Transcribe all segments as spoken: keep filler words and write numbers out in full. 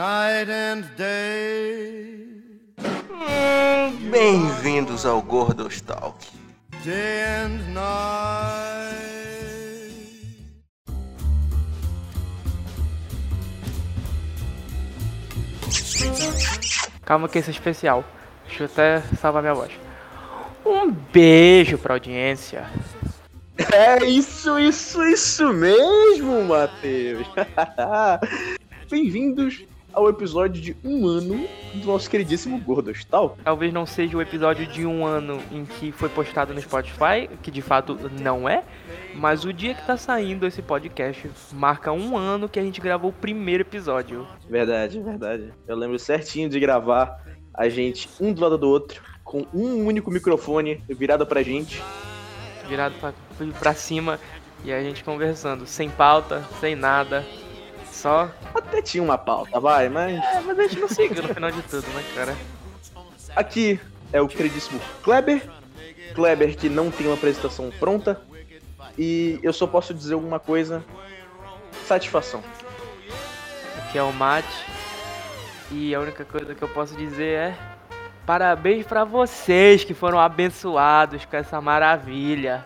night and day. Hum, bem-vindos ao Gordostalk. Day and night. Calma que esse é especial. Deixa eu até salvar minha voz. Um beijo pra audiência. É isso, isso, isso mesmo, Matheus. Bem-vindos ao episódio de um ano do nosso queridíssimo Gordostalk. Talvez não seja o episódio de um ano em que foi postado no Spotify, que de fato não é, mas o dia que tá saindo esse podcast marca um ano que a gente gravou o primeiro episódio. Verdade, verdade. Eu lembro certinho de gravar a gente um do lado do outro, com um único microfone virado pra gente. Virado pra, pra cima e a gente conversando, sem pauta, sem nada, só... Até tinha uma pauta, vai, mas... É, mas a gente não seguiu no final de tudo, né, cara? Aqui é o queridíssimo Kleber. Kleber que não tem uma apresentação pronta. E eu só posso dizer uma coisa: satisfação. Aqui é o Mate. E a única coisa que eu posso dizer é: parabéns pra vocês que foram abençoados com essa maravilha.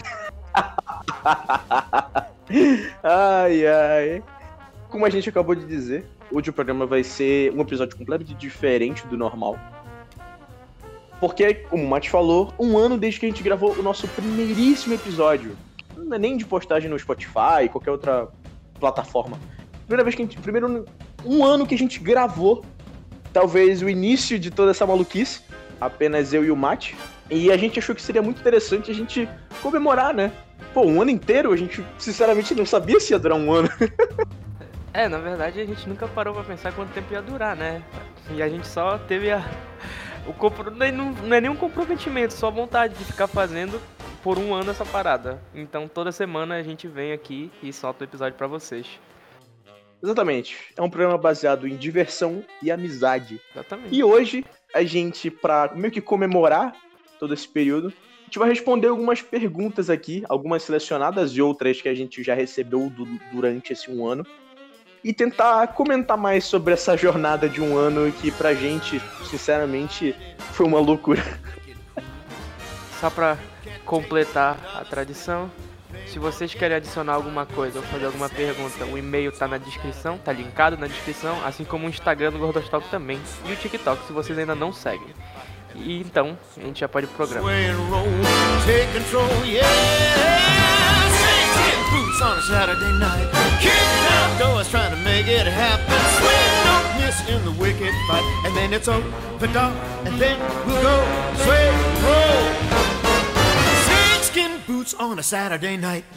Ai, ai. Como a gente acabou de dizer, hoje o programa vai ser um episódio completamente diferente do normal. Porque, como o Mate falou, um ano desde que a gente gravou o nosso primeiríssimo episódio. Não é nem de postagem no Spotify, qualquer outra plataforma. Primeira vez que a gente... Primeiro, um ano que a gente gravou, talvez o início de toda essa maluquice, apenas eu e o Mate. E a gente achou que seria muito interessante a gente comemorar, né? Pô, um ano inteiro, a gente sinceramente não sabia se ia durar um ano. É, na verdade a gente nunca parou pra pensar quanto tempo ia durar, né? E a gente só teve a... O compro... não, é, não é nenhum comprometimento, só vontade de ficar fazendo por um ano essa parada. Então toda semana a gente vem aqui e solta o episódio pra vocês. Exatamente. É um programa baseado em diversão e amizade. Exatamente. E hoje, a gente, pra meio que comemorar todo esse período, a gente vai responder algumas perguntas aqui, algumas selecionadas e outras que a gente já recebeu do, durante esse um ano. E tentar comentar mais sobre essa jornada de um ano que pra gente, sinceramente, foi uma loucura. Só pra completar a tradição, se vocês querem adicionar alguma coisa ou fazer alguma pergunta, o e-mail tá na descrição, tá linkado na descrição, assim como o Instagram do Gordostalk também, e o TikTok, se vocês ainda não seguem. E então, a gente já pode ir pro programa. On a Saturday night, kicking out doors, trying to make it happen. Swing, don't miss in the wicked fight, and then it's over, dog, and then we'll go swing, roll. Snakeskin boots on a Saturday night.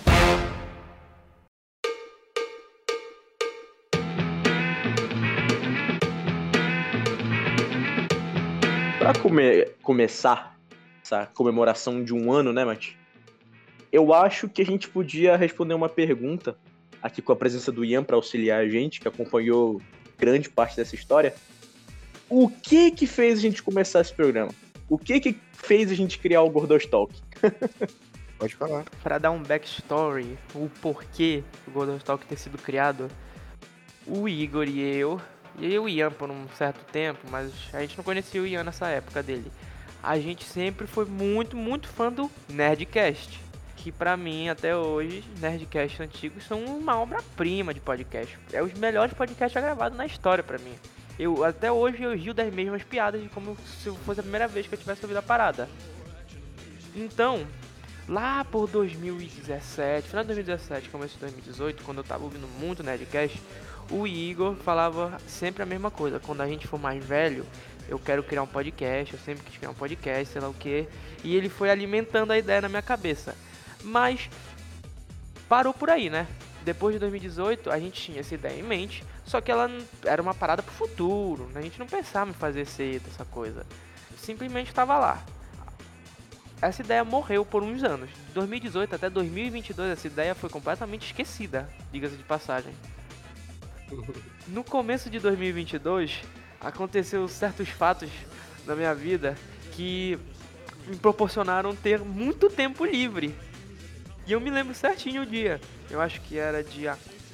Pra come- começar essa comemoração de um ano, né, Mati? Eu acho que a gente podia responder uma pergunta aqui com a presença do Ian para auxiliar a gente, que acompanhou grande parte dessa história. O que que fez a gente começar esse programa? O que que fez a gente criar o Gordostalk? Pode falar. Pra dar um backstory, o porquê do Gordostalk ter sido criado, o Igor e eu, e eu e o Ian por um certo tempo, mas a gente não conhecia o Ian nessa época dele. A gente sempre foi muito, muito fã do Nerdcast. Que pra mim, até hoje, Nerdcast antigos são uma obra-prima de podcast. É os melhores podcasts já gravados na história pra mim. Eu, até hoje eu rio das mesmas piadas de como se fosse a primeira vez que eu tivesse ouvido a parada. Então, lá por dois mil e dezessete, final de dois mil e dezessete, começo de dois mil e dezoito, quando eu tava ouvindo muito Nerdcast, o Igor falava sempre a mesma coisa. Quando a gente for mais velho, eu quero criar um podcast, eu sempre quis criar um podcast, sei lá o que. E ele foi alimentando a ideia na minha cabeça. Mas parou por aí, né? Depois de dois mil e dezoito, a gente tinha essa ideia em mente, só que ela era uma parada pro futuro, né? A gente não pensava em fazer cedo essa coisa. Simplesmente estava lá. Essa ideia morreu por uns anos. De dois mil e dezoito até dois mil e vinte e dois, essa ideia foi completamente esquecida, diga-se de passagem. No começo de dois mil e vinte e dois, aconteceu certos fatos na minha vida que me proporcionaram ter muito tempo livre. E eu me lembro certinho o dia. Eu acho que era dia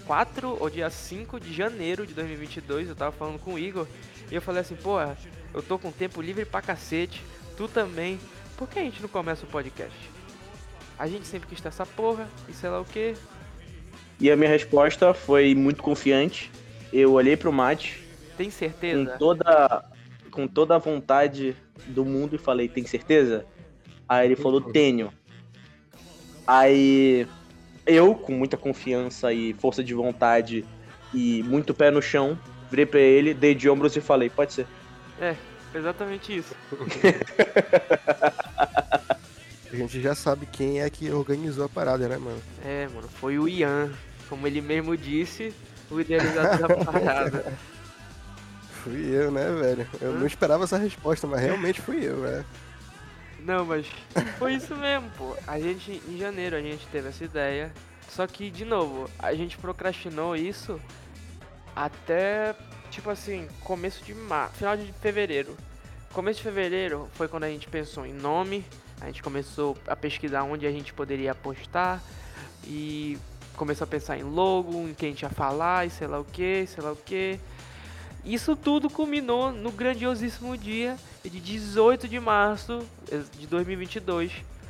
quatro ou dia cinco de janeiro de dois mil e vinte e dois, eu tava falando com o Igor, e eu falei assim, pô, eu tô com tempo livre pra cacete, tu também, por que a gente não começa o podcast? A gente sempre quis ter essa porra, e sei lá o que. E a minha resposta foi muito confiante. Eu olhei pro Mate Tem certeza? com toda, com toda a vontade do mundo e falei, tem certeza? Aí ele falou, tenho. Aí eu, com muita confiança e força de vontade e muito pé no chão, virei pra ele, dei de ombros e falei, pode ser. É, exatamente isso. A gente já sabe quem é que organizou a parada, né, mano? É, mano, foi o Ian, como ele mesmo disse, o idealizador da parada. Fui eu, né, velho? Eu Hã? não esperava essa resposta, mas realmente fui eu, velho. Não, mas foi isso mesmo, pô. A gente, em janeiro, a gente teve essa ideia. Só que, de novo, a gente procrastinou isso até, tipo assim, começo de março, final de fevereiro. Começo de fevereiro foi quando a gente pensou em nome, a gente começou a pesquisar onde a gente poderia postar e começou a pensar em logo, em quem a gente ia falar e sei lá o que, sei lá o que. Isso tudo culminou no grandiosíssimo dia de dezoito de março de dois mil e vinte e dois.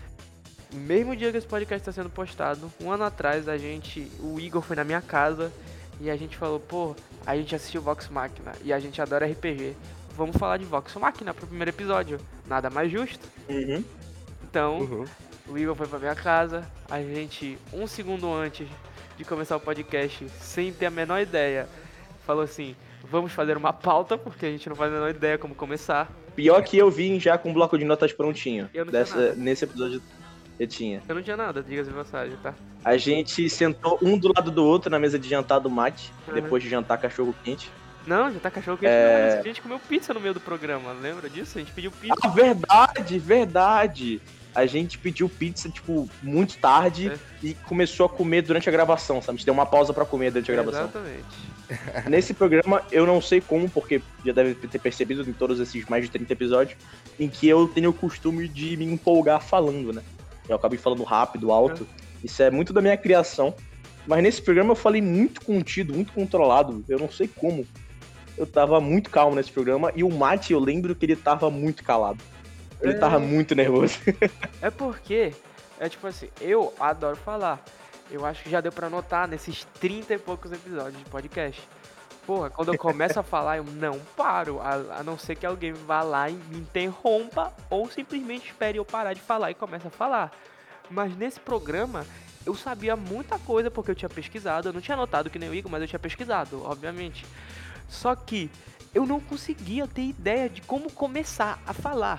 Mesmo dia que esse podcast está sendo postado, um ano atrás a gente, o Igor foi na minha casa e a gente falou, pô, a gente assistiu Vox Machina e a gente adora R P G. Vamos falar de Vox Machina pro primeiro episódio. Nada mais justo. Uhum. Então, Uhum. o Igor foi pra minha casa, a gente, um segundo antes de começar o podcast, sem ter a menor ideia, falou assim, vamos fazer uma pauta, porque a gente não faz a menor ideia como começar. Pior que eu vim já com um bloco de notas prontinho. Eu não tinha Dessa, nada. nesse episódio eu tinha. Eu não tinha nada, diga-se de passagem, tá? A gente sentou um do lado do outro na mesa de jantar do Mate, Uhum. depois de jantar cachorro quente. Não, já tá cachorro quente, É. não, a gente comeu pizza no meio do programa, lembra disso? A gente pediu pizza. Ah, verdade, verdade. A gente pediu pizza, tipo, muito tarde É. e começou a comer durante a gravação, sabe? A gente deu uma pausa pra comer durante a gravação. Exatamente. Nesse programa, eu não sei como, porque já deve ter percebido em todos esses mais de trinta episódios, em que eu tenho o costume de me empolgar falando, né? Eu acabei falando rápido, alto. Isso é muito da minha criação. Mas nesse programa eu falei muito contido, muito controlado. Eu não sei como. Eu tava muito calmo nesse programa. E o Mate, eu lembro que ele tava muito calado. Ele É. tava muito nervoso. É porque, é tipo assim, eu adoro falar. Eu acho que já deu pra notar nesses trinta e poucos episódios de podcast. Porra, quando eu começo a falar, eu não paro. A, a não ser que alguém vá lá e me interrompa ou simplesmente espere eu parar de falar e comece a falar. Mas nesse programa, eu sabia muita coisa porque eu tinha pesquisado. Eu não tinha anotado que nem o Igor, mas eu tinha pesquisado, obviamente. Só que eu não conseguia ter ideia de como começar a falar.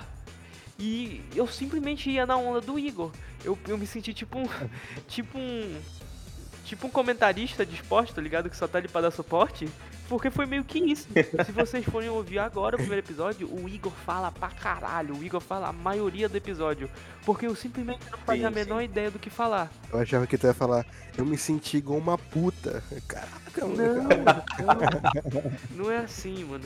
E eu simplesmente ia na onda do Igor. Eu, eu me senti tipo um. Tipo um. Tipo um comentarista de esporte, tá ligado? Que só tá ali pra dar suporte. Porque foi meio que isso. Se vocês forem ouvir agora o primeiro episódio, o Igor fala pra caralho. O Igor fala a maioria do episódio. Porque eu simplesmente não fazia a Sim, menor sim. ideia do que falar. Eu achava que tu ia falar, eu me senti igual uma puta. Caraca, mano, Não, calma. não, não é assim, mano.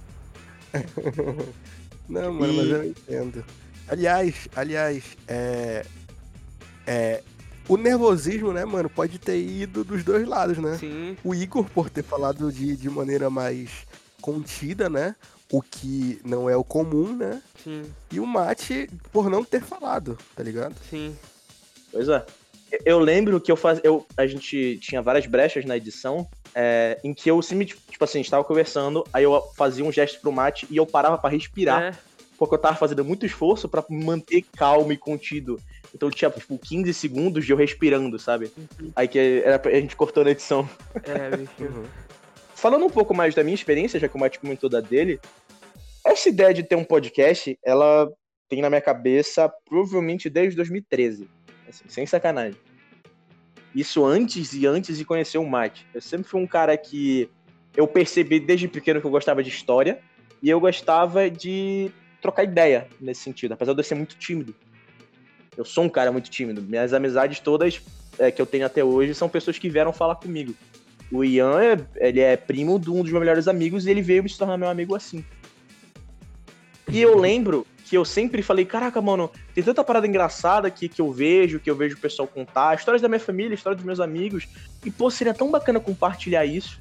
Não, mano, mas eu entendo. Aliás, aliás, é. É. O nervosismo, né, mano, pode ter ido dos dois lados, né? Sim, O Igor, por ter falado de, de maneira mais contida, né? O que não é o comum, né? sim, E o Mate, por não ter falado, tá ligado? sim. Pois é. Eu lembro que eu faz... eu, a gente tinha várias brechas na edição, é, em que eu sempre, tipo assim, a gente tava conversando, aí eu fazia um gesto pro Mate e eu parava pra respirar, É, porque eu tava fazendo muito esforço pra me manter calmo e contido. Então tinha, tipo, quinze segundos de eu respirando, sabe? Aí que era, pra- a gente cortou na edição. é, bicho. Falando um pouco mais da minha experiência, já que o Mate comentou da dele, essa ideia de ter um podcast, ela tem na minha cabeça provavelmente desde dois mil e treze. Assim, sem sacanagem. Isso antes e antes de conhecer o Mate. Eu sempre fui um cara que eu percebi desde pequeno que eu gostava de história e eu gostava de trocar ideia nesse sentido, apesar de eu ser muito tímido. Eu sou um cara muito tímido. Minhas amizades todas é, que eu tenho até hoje são pessoas que vieram falar comigo. O Ian, é, ele é primo de um dos meus melhores amigos e ele veio me se tornar meu amigo assim. E eu lembro que eu sempre falei, caraca, mano, tem tanta parada engraçada aqui que eu vejo, que eu vejo o pessoal contar, histórias da minha família, histórias dos meus amigos, e, pô, seria tão bacana compartilhar isso.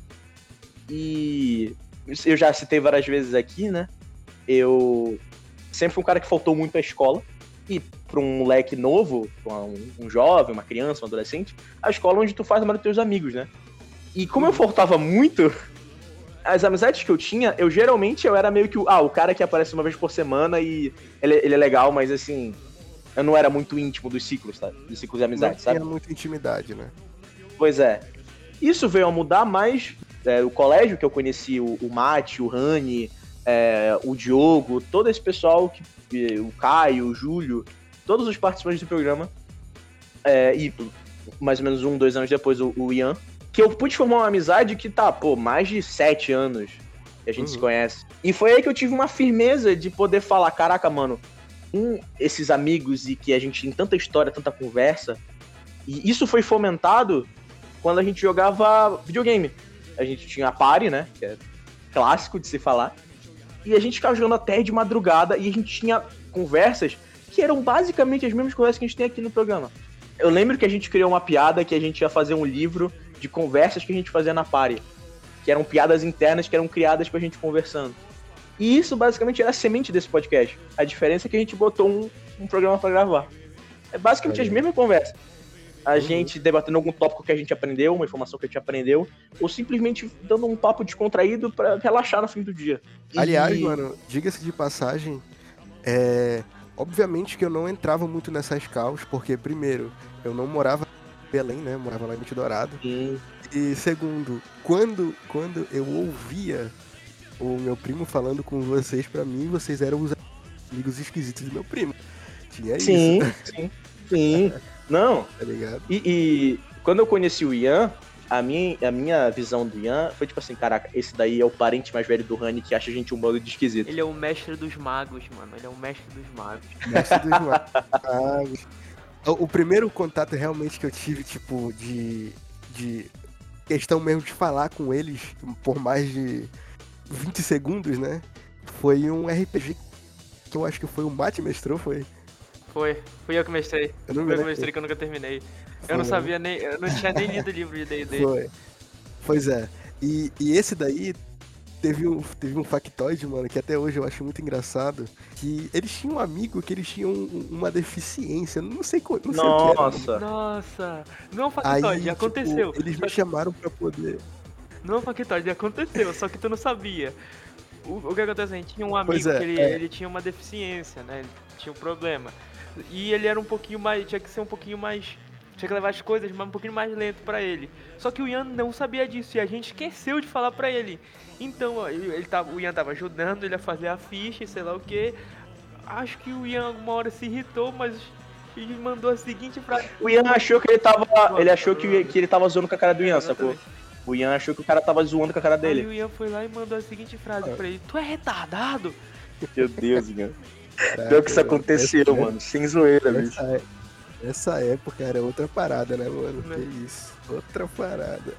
E eu já citei várias vezes aqui, né, eu sempre fui um cara que faltou muito à escola, e pra um moleque novo, um, um jovem, uma criança, um adolescente, a escola é onde tu faz a maioria dos teus amigos, né. E como eu faltava muito, as amizades que eu tinha, eu geralmente eu era meio que o, ah, o cara que aparece uma vez por semana e ele, ele é legal, mas assim, eu não era muito íntimo dos ciclos, sabe? Dos ciclos de amizade, Não sabe? tinha muita intimidade, né? Pois é. Isso veio a mudar mais é, o colégio que eu conheci, o, o Mate, o Rani, é, o Diogo, todo esse pessoal, que, o Caio, o Júlio, todos os participantes do programa, é, e mais ou menos um, dois anos depois o, o Ian, que eu pude formar uma amizade que tá, pô, mais de sete anos que a gente uhum. se conhece. E foi aí que eu tive uma firmeza de poder falar, caraca, mano, um, esses amigos e que a gente tem tanta história, tanta conversa, e isso foi fomentado quando a gente jogava videogame. A gente tinha a Party, né, que é clássico de se falar, e a gente ficava jogando até de madrugada e a gente tinha conversas que eram basicamente as mesmas conversas que a gente tem aqui no programa. Eu lembro que a gente criou uma piada que a gente ia fazer um livro de conversas que a gente fazia na Party, que eram piadas internas que eram criadas com a gente conversando. E isso basicamente era a semente desse podcast. A diferença é que a gente botou um, um programa pra gravar. É basicamente é. as mesmas conversas. A uhum. gente debatendo algum tópico que a gente aprendeu, uma informação que a gente aprendeu, ou simplesmente dando um papo descontraído pra relaxar no fim do dia. Aliás, e... mano, diga-se de passagem, é... obviamente que eu não entrava muito nessas causas, porque primeiro, eu não morava Belém, né? Eu morava lá em Monte Dourado. Sim. E segundo, quando, quando eu ouvia o meu primo falando com vocês, pra mim, vocês eram os amigos esquisitos do meu primo. Tinha sim, isso. Sim, sim, sim. Não. Tá ligado? E, e quando eu conheci o Ian, a minha, a minha visão do Ian foi tipo assim, caraca, esse daí é o parente mais velho do Rani que acha a gente um bando de esquisito. Ele é o mestre dos magos, mano. Ele é o mestre dos magos. Mestre dos magos. O primeiro contato realmente que eu tive, tipo, de, de questão mesmo de falar com eles por mais de vinte segundos, né? Foi um R P G que eu acho que foi o Mate mestrou, foi? Foi, fui eu que mestrei. Eu não fui eu que mestrei que eu nunca terminei. Foi. Eu não sabia nem, eu não tinha nem lido o livro de D e D. Foi. Pois é. E, e esse daí teve um, teve um factoide, mano, que até hoje eu acho muito engraçado, que eles tinham um amigo que eles tinham uma deficiência, não sei, não sei Nossa. o que era. Nossa! Nossa! Não é um factoide, Aí, aconteceu. Tipo, eles me chamaram pra poder... Não é um factoide, aconteceu, só que tu não sabia. O, o que acontece? A gente tinha um amigo Pois é, que ele, é. ele tinha uma deficiência, né? Ele tinha um problema. E ele era um pouquinho mais... Tinha que ser um pouquinho mais... Tinha que levar as coisas mas um pouquinho mais lento pra ele. Só que o Ian não sabia disso e a gente esqueceu de falar pra ele. Então, ó, ele, ele tava, o Ian tava ajudando ele a fazer a ficha, sei lá o que. Acho que o Ian alguma hora se irritou, mas ele mandou a seguinte frase. O Ian achou que ele tava... Ele achou que, que ele tava zoando com a cara do Ian, sacou? O Ian achou que o cara tava zoando com a cara dele. Aí o Ian foi lá e mandou a seguinte frase pra ele. Tu é retardado? Meu Deus, Ian. Pior que isso aconteceu, essa, mano. Sem zoeira, bicho. Essa, essa época era outra parada, né, mano? Né? Que isso. Outra parada.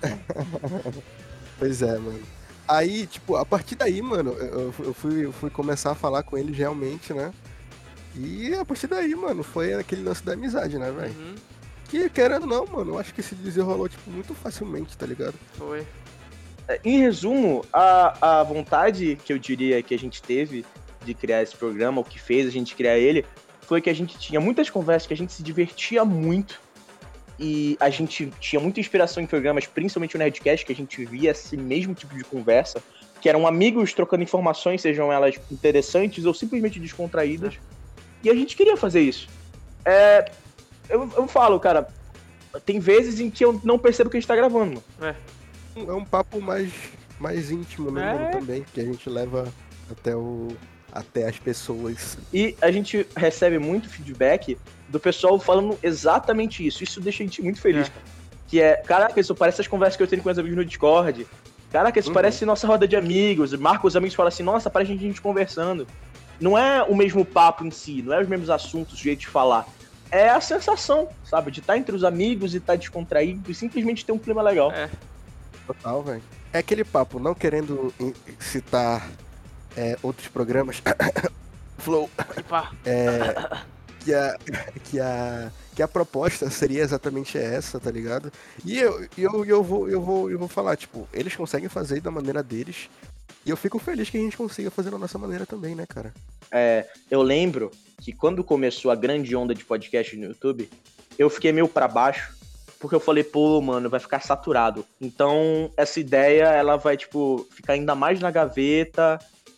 Pois é, mano. Aí, tipo, a partir daí, mano, eu, eu, fui, eu fui começar a falar com eles realmente, né? E a partir daí, mano, foi aquele lance da amizade, né, velho? Uhum. Que, querendo ou não, mano, eu acho que se desenrolou, tipo, muito facilmente, tá ligado? Foi. Em resumo, a, a vontade que eu diria que a gente teve de criar esse programa, o que fez a gente criar ele, foi que a gente tinha muitas conversas, que a gente se divertia muito, e a gente tinha muita inspiração em programas, principalmente o Nerdcast, que a gente via esse mesmo tipo de conversa, que eram amigos trocando informações, sejam elas interessantes ou simplesmente descontraídas, e a gente queria fazer isso. É, eu, eu falo, cara, tem vezes em que eu não percebo que a gente tá gravando. É, é um papo mais, mais íntimo, né, é. mano, também, que a gente leva até o... até as pessoas. E a gente recebe muito feedback do pessoal falando exatamente isso. Isso deixa a gente muito feliz. É. Que é, caraca, isso parece as conversas que eu tenho com meus amigos no Discord. Caraca, isso uhum. parece nossa roda de amigos. Marca os amigos e fala assim, nossa, parece a gente conversando. Não é o mesmo papo em si, não é os mesmos assuntos, o jeito de falar. É a sensação, sabe? De estar entre os amigos e estar descontraído e simplesmente ter um clima legal. É. Total, velho. É aquele papo, não querendo citar... É, outros programas, Flow. E pá. É, que, a, que, a, que a proposta seria exatamente essa, tá ligado? E eu, eu, eu, vou, eu, vou, eu vou falar, tipo, eles conseguem fazer da maneira deles. E eu fico feliz que a gente consiga fazer da nossa maneira também, né, cara? É, eu lembro que quando começou a grande onda de podcast no YouTube, eu fiquei meio pra baixo, porque eu falei, pô, mano, vai ficar saturado. Então, essa ideia, ela vai, tipo, ficar ainda mais na gaveta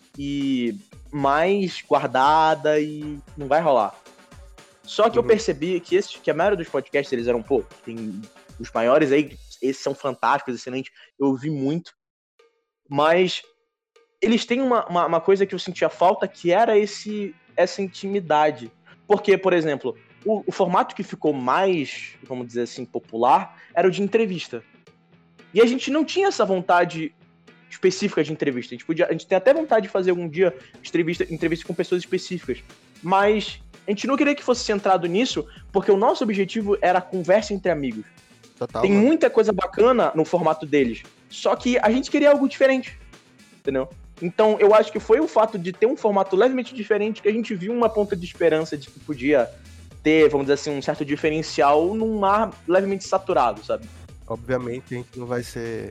e mais guardada e não vai rolar. Só que uhum. eu percebi que, esse, que a maioria dos podcasts, eles eram, pô, tem os maiores aí, esses são fantásticos, excelentes, eu ouvi muito, mas eles têm uma, uma, uma coisa que eu sentia falta, que era esse, essa intimidade. Porque, por exemplo, o, o formato que ficou mais, vamos dizer assim, popular, era o de entrevista. E a gente não tinha essa vontade específica de entrevista. A gente, podia, a gente tem até vontade de fazer algum dia entrevista, entrevista com pessoas específicas. Mas a gente não queria que fosse centrado nisso, porque o nosso objetivo era a conversa entre amigos. Total, tem mano. muita coisa bacana no formato deles. Só que a gente queria algo diferente. Entendeu? Então, eu acho que foi o fato de ter um formato levemente diferente que a gente viu uma ponta de esperança de que podia ter, vamos dizer assim, um certo diferencial num mar levemente saturado, sabe? Obviamente a gente não vai ser...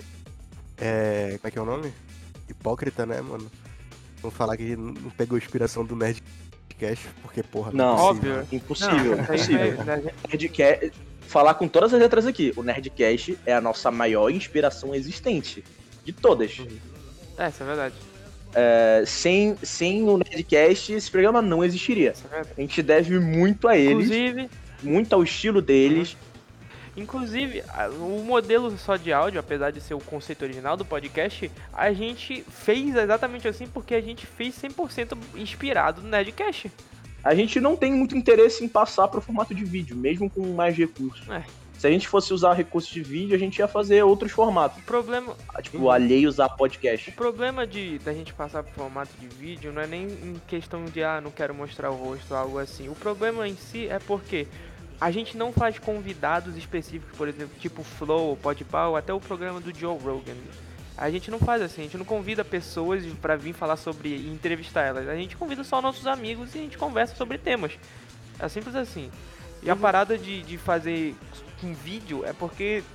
É... Como é que é o nome? Hipócrita, né, mano? Vamos falar que a gente não pegou inspiração do Nerdcast, porque, porra, não, não é possível. Óbvio, impossível, não, impossível. é, é, Nerdcast, falar com todas as letras aqui, o Nerdcast é a nossa maior inspiração existente, de todas. Uhum. É, isso é verdade. É, sem, sem o Nerdcast, esse programa não existiria. É a gente deve muito a eles, Inclusive, muito ao estilo deles. Inclusive, o modelo só de áudio, apesar de ser o conceito original do podcast, a gente fez exatamente assim porque a gente fez cem por cento inspirado no Nerdcast. A gente não tem muito interesse em passar para o formato de vídeo, mesmo com mais recursos. É. Se a gente fosse usar recursos de vídeo, a gente ia fazer outros formatos. O problema... Tipo, uhum. alheios a podcast. O problema de da gente passar pro formato de vídeo não é nem em questão de, ah, não quero mostrar o rosto ou algo assim. O problema em si é porque a gente não faz convidados específicos, por exemplo, tipo Flow, Podpah, ou até o programa do Joe Rogan. A gente não faz assim, a gente não convida pessoas pra vir falar sobre e entrevistar elas. A gente convida só nossos amigos e a gente conversa sobre temas. É simples assim. E a parada de, de fazer um vídeo é porque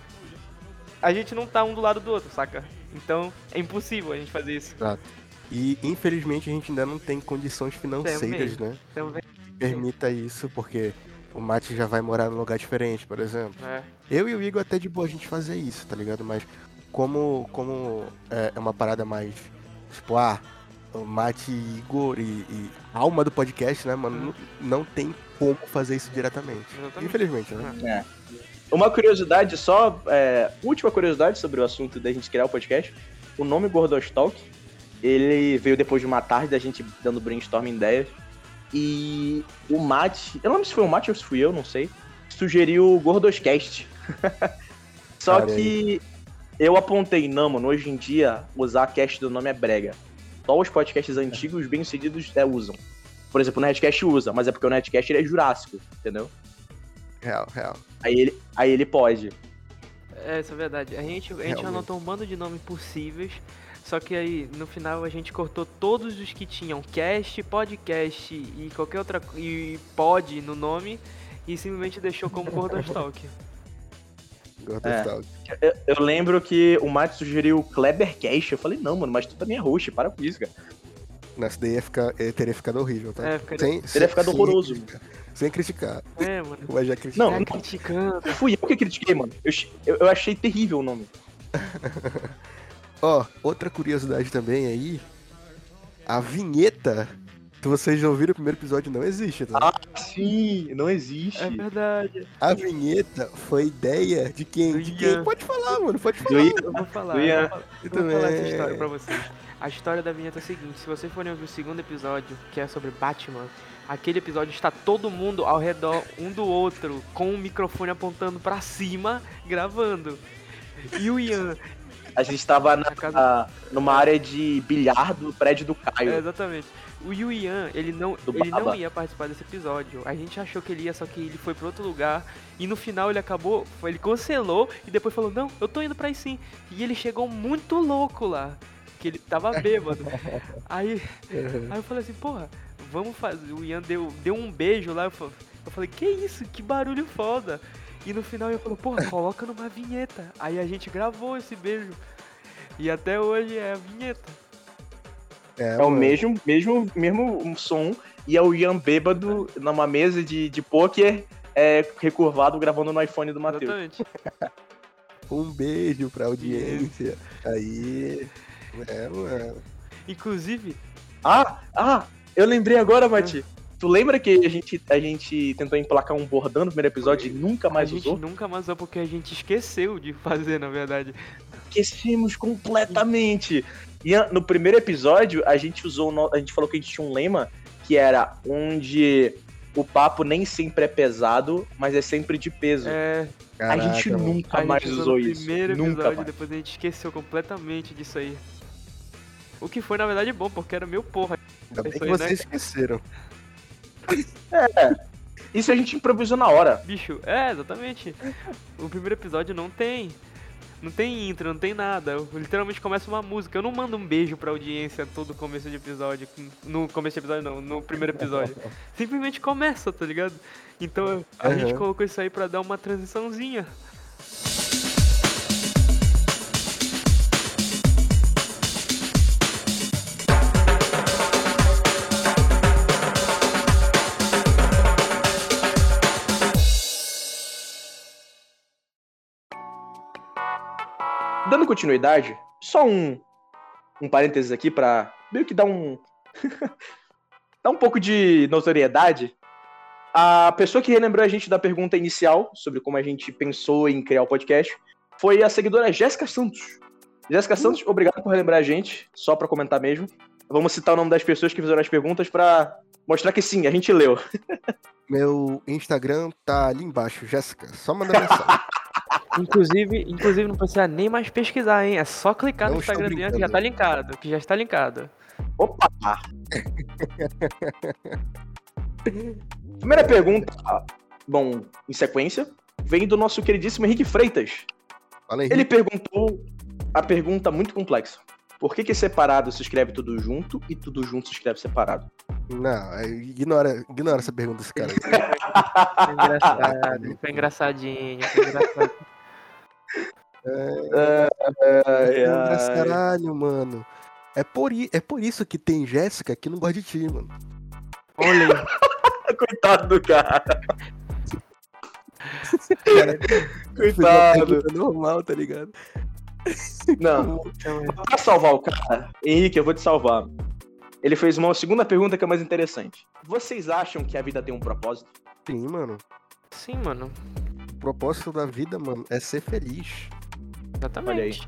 a gente não tá um do lado do outro, saca? Então é impossível a gente fazer isso. Exato. E infelizmente a gente ainda não tem condições financeiras, Também. né? Também. Que permita isso, porque o Mate já vai morar num lugar diferente, por exemplo. É. Eu e o Igor até de boa a gente fazer isso, tá ligado? Mas como, como é, é uma parada mais, tipo, ah, o Mate, Igor e, e a alma do podcast, né, mano? Não, não tem como fazer isso diretamente. Exatamente. Infelizmente, né? É. Uma curiosidade só, é, última curiosidade sobre o assunto da gente criar o podcast. O nome Gordostalk, ele veio depois de uma tarde da gente dando brainstorm em ideias. E o Mate, eu não lembro se foi o Mate ou se fui eu, não sei, sugeriu o Gordoscast. Só Cara, que eu apontei, não, mano, hoje em dia usar cast do nome é brega. Só os podcasts antigos bem-sucedidos é, usam. Por exemplo, o Nerdcast usa, mas é porque o Nerdcast ele é jurássico, entendeu? Real, real. Aí ele, aí ele pode. É, isso é verdade. A gente, a gente Realmente. anotou um bando de nomes possíveis, só que aí no final a gente cortou todos os que tinham cast, podcast e qualquer outra e pod no nome e simplesmente deixou como Gordostalk. Gordostalk. Eu, eu lembro que o Matt sugeriu o Klebercast. Eu falei, não, mano, mas tu também é host, para com isso, cara. Nessa daí ia ficar, eh, teria ficado horrível, tá? É, ficaria- sem, Teria ficado horroroso. criticar. Sem criticar. É, mano. Mas já criticar. Não, Tá não. criticando. Fui eu que critiquei, mano. Eu, eu, eu achei terrível o nome. Ó, outra curiosidade também aí. A vinheta que vocês já ouviram no primeiro episódio não existe, tá? Ah, sim, não existe. É verdade. A vinheta foi ideia de quem? Do De Ian. quem? Pode falar, mano. Pode Do falar. Ian. Eu vou falar. Eu ia- Eu vou, eu Eu vou falar essa também. história pra vocês. A história da vinheta é a seguinte: se vocês forem ouvir o segundo episódio, que é sobre Batman, aquele episódio está todo mundo ao redor um do outro, com o microfone apontando pra cima, gravando. E o Ian, A gente tava na, Na casa- na- numa área de bilhar do prédio do Caio. é, exatamente. O Yu Ian, ele não, Do ele não Baba. ia participar desse episódio. A gente achou que ele ia, só que ele foi pra outro lugar. E no final ele acabou, ele cancelou e depois falou, não, eu tô indo pra aí sim. E ele chegou muito louco lá, que ele tava bêbado. Aí, aí eu falei assim, porra, vamos fazer. O Ian deu, deu um beijo lá, eu fa- eu falei, que isso? Que barulho foda. E no final ele falou, porra, coloca numa vinheta. Aí a gente gravou esse beijo. E até hoje é a vinheta. É, É o mano. mesmo, mesmo, mesmo som e é o Ian bêbado numa mesa de, de pôquer é, recurvado gravando no iPhone do Matheus. Exatamente. Um beijo pra audiência. Aí. É, mano. Inclusive, Ah, ah, eu lembrei agora, Mati. Tu lembra que a gente, a gente tentou emplacar um bordão no primeiro episódio e nunca mais a gente usou? nunca mais usou porque a gente esqueceu de fazer, na verdade. Esquecemos completamente. E a- no primeiro episódio, a gente usou, o no- a gente falou que a gente tinha um lema que era onde o papo nem sempre é pesado, mas é sempre de peso. É, a gente Caraca, mano. nunca a mais gente usou no isso. primeiro Nunca episódio, mais. depois a gente esqueceu completamente disso aí. O que foi, na verdade, bom, porque era meu porra. Ainda bem Isso que aí, né, vocês esqueceram. Isso a gente improvisou na hora. Bicho, é, exatamente. O primeiro episódio não tem. Não tem intro, não tem nada. Eu literalmente começa uma música. Eu não mando um beijo pra audiência todo começo de episódio. No começo de episódio, não, no primeiro episódio. Simplesmente começa, tá ligado? Então a Aham. gente colocou isso aí pra dar uma transiçãozinha. Dando continuidade, só um, um parênteses aqui pra meio que dar um. dar um pouco de notoriedade. A pessoa que relembrou a gente da pergunta inicial sobre como a gente pensou em criar o podcast foi a seguidora Jéssica Santos. Jéssica Santos, obrigado por relembrar a gente, só pra comentar mesmo. Vamos citar o nome das pessoas que fizeram as perguntas pra mostrar que sim, a gente leu. Meu Instagram tá ali embaixo, Jéssica. Só mandar mensagem. Inclusive, inclusive não precisa nem mais pesquisar, hein? É só clicar Não no estou Instagram do Ian que brincando. já tá linkado. Que já está linkado. Opa! Primeira pergunta, bom, em sequência, vem do nosso queridíssimo Henrique Freitas. Fala aí. Ele perguntou a pergunta muito complexa. Por que que separado se escreve tudo junto e tudo junto se escreve separado? Não, é, ignora, ignora essa pergunta desse cara. Foi engraçado, foi engraçadinho, foi engraçado. Ai, ai. Caralho, mano. É por, i- é por isso que tem Jéssica que não gosta de ti, mano. Olha aí. Coitado do cara. Foi uma Coitado. pergunta normal, tá ligado? Não, pra salvar o cara, Henrique, eu vou te salvar. Ele fez uma segunda pergunta que é mais interessante. Vocês acham que a vida tem um propósito? Sim, mano. Sim, mano. O propósito da vida, mano, é ser feliz. Exatamente.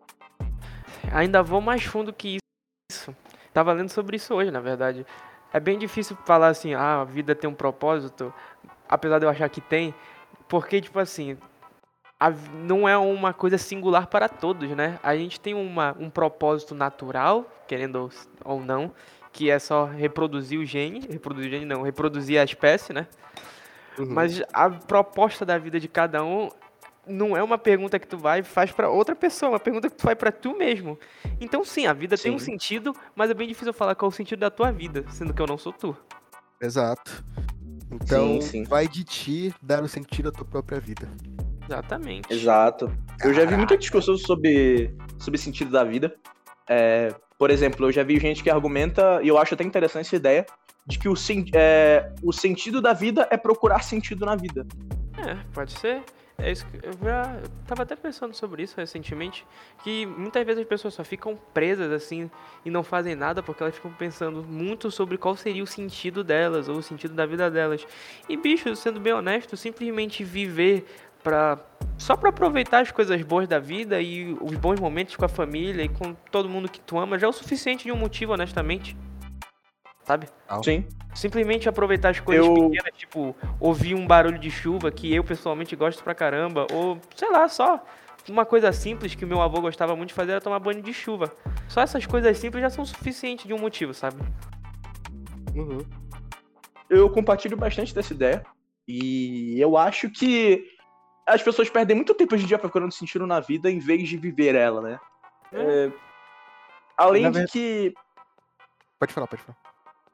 Ainda vou mais fundo que isso. Tava lendo sobre isso hoje, na verdade. É bem difícil falar assim, ah, a vida tem um propósito, apesar de eu achar que tem, porque, tipo assim, a vi- não é uma coisa singular para todos, né? A gente tem uma, um propósito natural, querendo ou, ou não, que é só reproduzir o gene, reproduzir o gene não, reproduzir a espécie, né? Uhum. Mas a proposta da vida de cada um não é uma pergunta que tu vai e faz pra outra pessoa, é uma pergunta que tu faz pra tu mesmo. Então sim, a vida tem um Sim. sentido, mas é bem difícil eu falar qual é o sentido da tua vida, sendo que eu não sou tu. Exato. Então, Sim, sim. vai de ti dar o sentido à tua própria vida. Exatamente. Exato. Eu já vi muita discussão sobre, sobre sentido da vida. É, por exemplo, eu já vi gente que argumenta, e eu acho até interessante essa ideia, de que o, sen- é, o sentido da vida é procurar sentido na vida. É, pode ser. É isso que eu já eu tava até pensando sobre isso recentemente, que muitas vezes as pessoas só ficam presas assim e não fazem nada porque elas ficam pensando muito sobre qual seria o sentido delas ou o sentido da vida delas. E bicho, sendo bem honesto, simplesmente viver pra, só pra aproveitar as coisas boas da vida e os bons momentos com a família e com todo mundo que tu ama já é o suficiente de um motivo, honestamente. Sabe? Sim. Simplesmente aproveitar as coisas Eu- pequenas, tipo, ouvir um barulho de chuva que eu pessoalmente gosto pra caramba, ou sei lá, só uma coisa simples que o meu avô gostava muito de fazer era tomar banho de chuva. Só essas coisas simples já são suficientes de um motivo, sabe? Uhum. Eu compartilho bastante dessa ideia. E eu acho que as pessoas perdem muito tempo hoje em dia procurando sentido na vida em vez de viver ela, né? É, além Na de ver- que Pode falar, pode falar.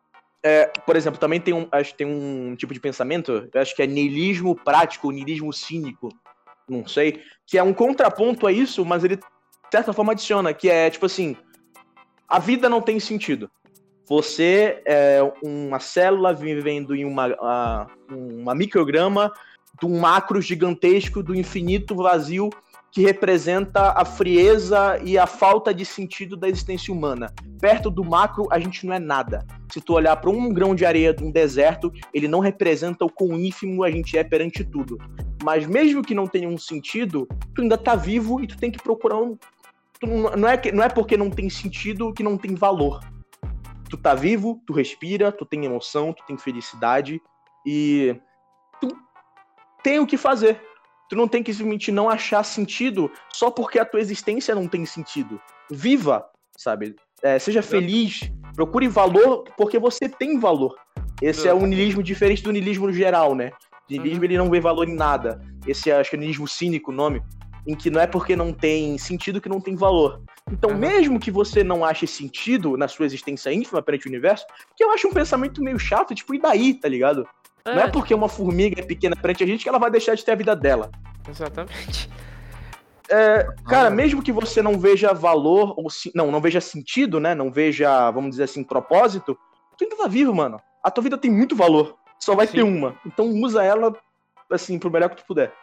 é, por exemplo, também tem um, acho que tem um tipo de pensamento, eu acho que é niilismo prático, niilismo cínico, não sei, que é um contraponto a isso, mas ele, de certa forma, adiciona, que é, tipo assim, a vida não tem sentido. Você é uma célula vivendo em uma, a, uma micrograma de um macro gigantesco, do infinito vazio, que representa a frieza e a falta de sentido da existência humana. Perto do macro, a gente não é nada. Se tu olhar para um grão de areia de um deserto, ele não representa o quão ínfimo a gente é perante tudo. Mas mesmo que não tenha um sentido, tu ainda tá vivo e tu tem que procurar um... Tu não, é que, não é porque não tem sentido que não tem valor. Tu tá vivo, tu respira, tu tem emoção, tu tem felicidade e tu tem o que fazer. Tu não tem que simplesmente não achar sentido só porque a tua existência não tem sentido. Viva, sabe? É, seja feliz, procure valor porque você tem valor. Esse é um niilismo diferente do niilismo no geral, né? O niilismo, ele não vê valor em nada. Esse é, acho que é o niilismo cínico o nome, em que não é porque não tem sentido que não tem valor. Então, uhum. mesmo que você não ache sentido na sua existência ínfima perante o universo, que eu acho um pensamento meio chato, tipo, e daí, tá ligado? É, não é porque uma formiga é pequena perante a gente que ela vai deixar de ter a vida dela. Exatamente. É, cara, mesmo que você não veja valor, ou si, não, não veja sentido, né? Não veja, vamos dizer assim, propósito, tu ainda tá vivo, mano. A tua vida tem muito valor. Só vai Sim. ter uma. Então usa ela, assim, pro melhor que tu puder.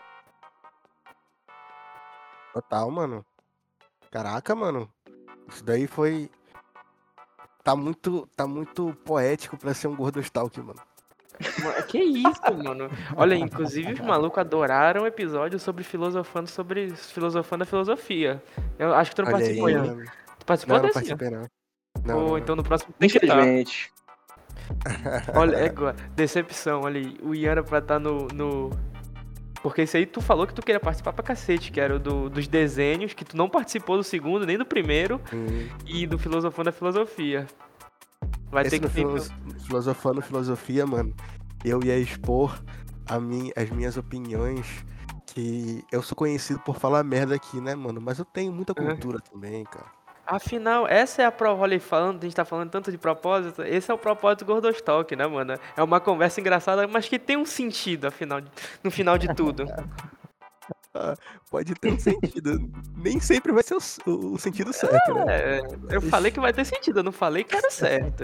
Total, mano. Caraca, mano. Isso daí foi... Tá muito, tá muito poético pra ser um Gordostalk, mano. Que isso, mano. Olha, inclusive os malucos adoraram o episódio sobre filosofando sobre filosofando a filosofia. Eu acho que tu não Olha participou, aí, né? mano. Tu participou Não, não desse? participei, não. Não, Pô, não, então no próximo tem que estar. Infelizmente. Olha, é igual, decepção, olha aí. O Ian era pra estar no, no... Porque esse aí tu falou que tu queria participar pra cacete, que era o do, dos desenhos, que tu não participou do segundo, nem do primeiro, hum. e do filosofando a filosofia. Vai Esse ter que filo... ter... Filosofando filosofia, mano, eu ia expor a mim, as minhas opiniões, que eu sou conhecido por falar merda aqui, né, mano? Mas eu tenho muita cultura uhum. também, cara. Afinal, essa é a prova, olha aí, falando, a gente tá falando tanto de propósito, esse é o propósito do Gordostalk, né, mano? É uma conversa engraçada, mas que tem um sentido, afinal, no final de tudo. Ah, pode ter um sentido. Nem sempre vai ser o, o sentido certo, né? É, eu falei que vai ter sentido, eu não falei que era certo.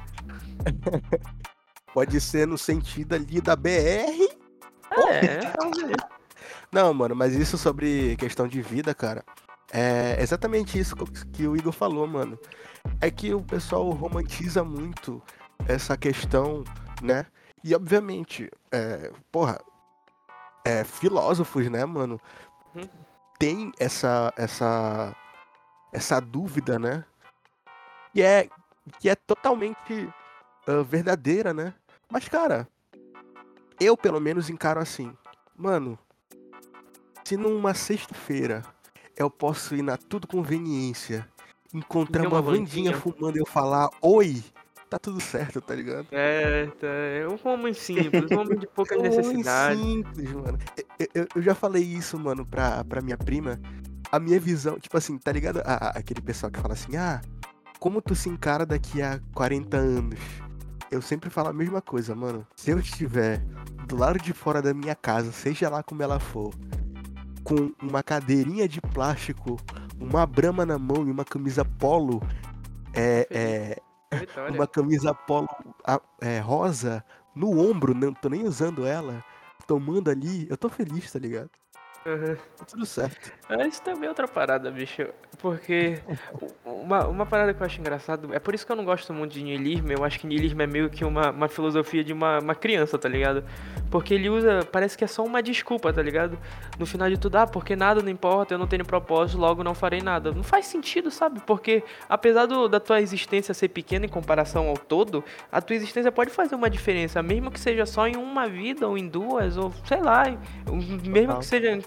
Pode ser no sentido ali da B R. É, talvez. Não, mano, mas isso sobre questão de vida, cara, é exatamente isso que o Igor falou, mano. É que o pessoal romantiza muito essa questão, né? E, obviamente, é, porra, é, filósofos, né, mano, uhum. tem essa, essa, essa dúvida, né? Que é, que é totalmente uh, verdadeira, né? Mas, cara, eu pelo menos encaro assim, mano, se numa sexta-feira eu posso ir na Tudo Conveniência, encontrar uma, uma Vandinha fumando e eu falar oi, tá tudo certo, tá ligado? É, tá, é um homem simples, um homem de pouca é necessidade. Um homem simples, mano. Eu, eu, eu já falei isso, mano, pra, pra minha prima. A minha visão, tipo assim, tá ligado? A, a, aquele pessoal que fala assim, ah, como tu se encara daqui a quarenta anos? Eu sempre falo a mesma coisa, mano. Se eu estiver do lado de fora da minha casa, seja lá como ela for, com uma cadeirinha de plástico, uma brama na mão e uma camisa polo, é, é, Vitória. uma camisa polo é, rosa no ombro, não tô nem usando ela, tomando ali, eu tô feliz, tá ligado? Uhum. Tá tudo certo. Isso também é outra parada, bicho. Porque uma, uma parada que eu acho engraçado, é por isso que eu não gosto muito de niilismo. Eu acho que niilismo é meio que uma, uma filosofia de uma, uma criança, tá ligado? Porque ele usa, parece que é só uma desculpa, tá ligado? No final de tudo, ah, porque nada não importa, eu não tenho propósito, logo não farei nada. Não faz sentido, sabe? Porque apesar do, da tua existência ser pequena em comparação ao todo, a tua existência pode fazer uma diferença, mesmo que seja só em uma vida, ou em duas, ou sei lá, mesmo que seja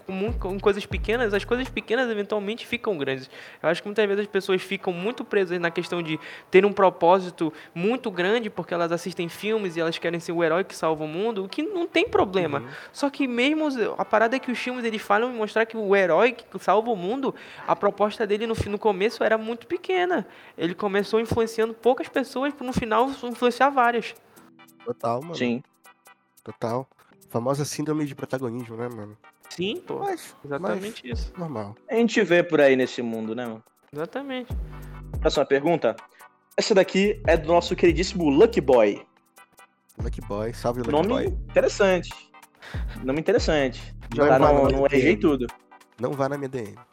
com, mu- com coisas pequenas, as coisas pequenas eventualmente ficam grandes. Eu acho que muitas vezes as pessoas ficam muito presas na questão de ter um propósito muito grande porque elas assistem filmes e elas querem ser o herói que salva o mundo, o que não tem problema. Uhum. Só que mesmo os- a parada é que os filmes eles falam em mostrar que o herói que salva o mundo, a proposta dele no, fi- no começo era muito pequena. Ele começou influenciando poucas pessoas para no final influenciar várias. Total, mano. Sim. Total. Famosa síndrome de protagonismo, né, mano? Sim, pô. Mas, Exatamente isso. mas normal. A gente vê por aí nesse mundo, né, mano? Exatamente. Próxima pergunta. Essa daqui é do nosso queridíssimo Lucky Boy. Lucky Boy, salve Lucky Nome Boy. interessante. Nome interessante. Não tá vai no, na no minha R G e D M. tudo. Não vá na minha D M.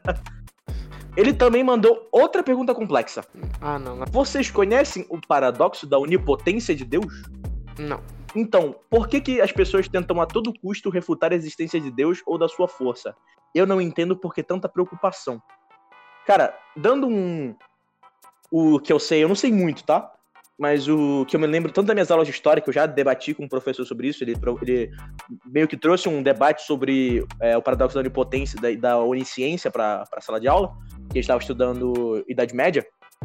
Ele também mandou outra pergunta complexa. Ah, não. não- Vocês conhecem o paradoxo da onipotência de Deus? Não. Então, por que, que as pessoas tentam a todo custo refutar a existência de Deus ou da sua força? Eu não entendo por que tanta preocupação. Cara, dando um... O que eu sei, eu não sei muito, tá? Mas o que eu me lembro tanto das minhas aulas de história, que eu já debati com um professor sobre isso, ele, pro- ele meio que trouxe um debate sobre é, o paradoxo da onipotência e da, da onisciência para a sala de aula, que a gente estava estudando Idade Média,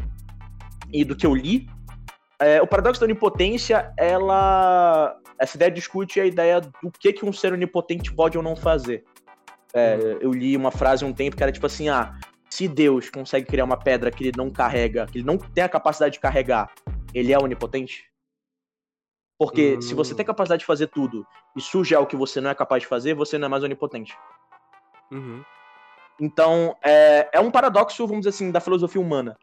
e do que eu li, é, o paradoxo da onipotência, ela... Essa ideia discute a ideia do que, que um ser onipotente pode ou não fazer. É, eu li uma frase um tempo que era tipo assim, ah, se Deus consegue criar uma pedra que ele não carrega, que ele não tem a capacidade de carregar, ele é onipotente? Porque Hum. se você tem capacidade de fazer tudo e surge algo que você não é capaz de fazer, você não é mais onipotente. Uhum. Então, é, é um paradoxo, vamos dizer assim, da filosofia humana.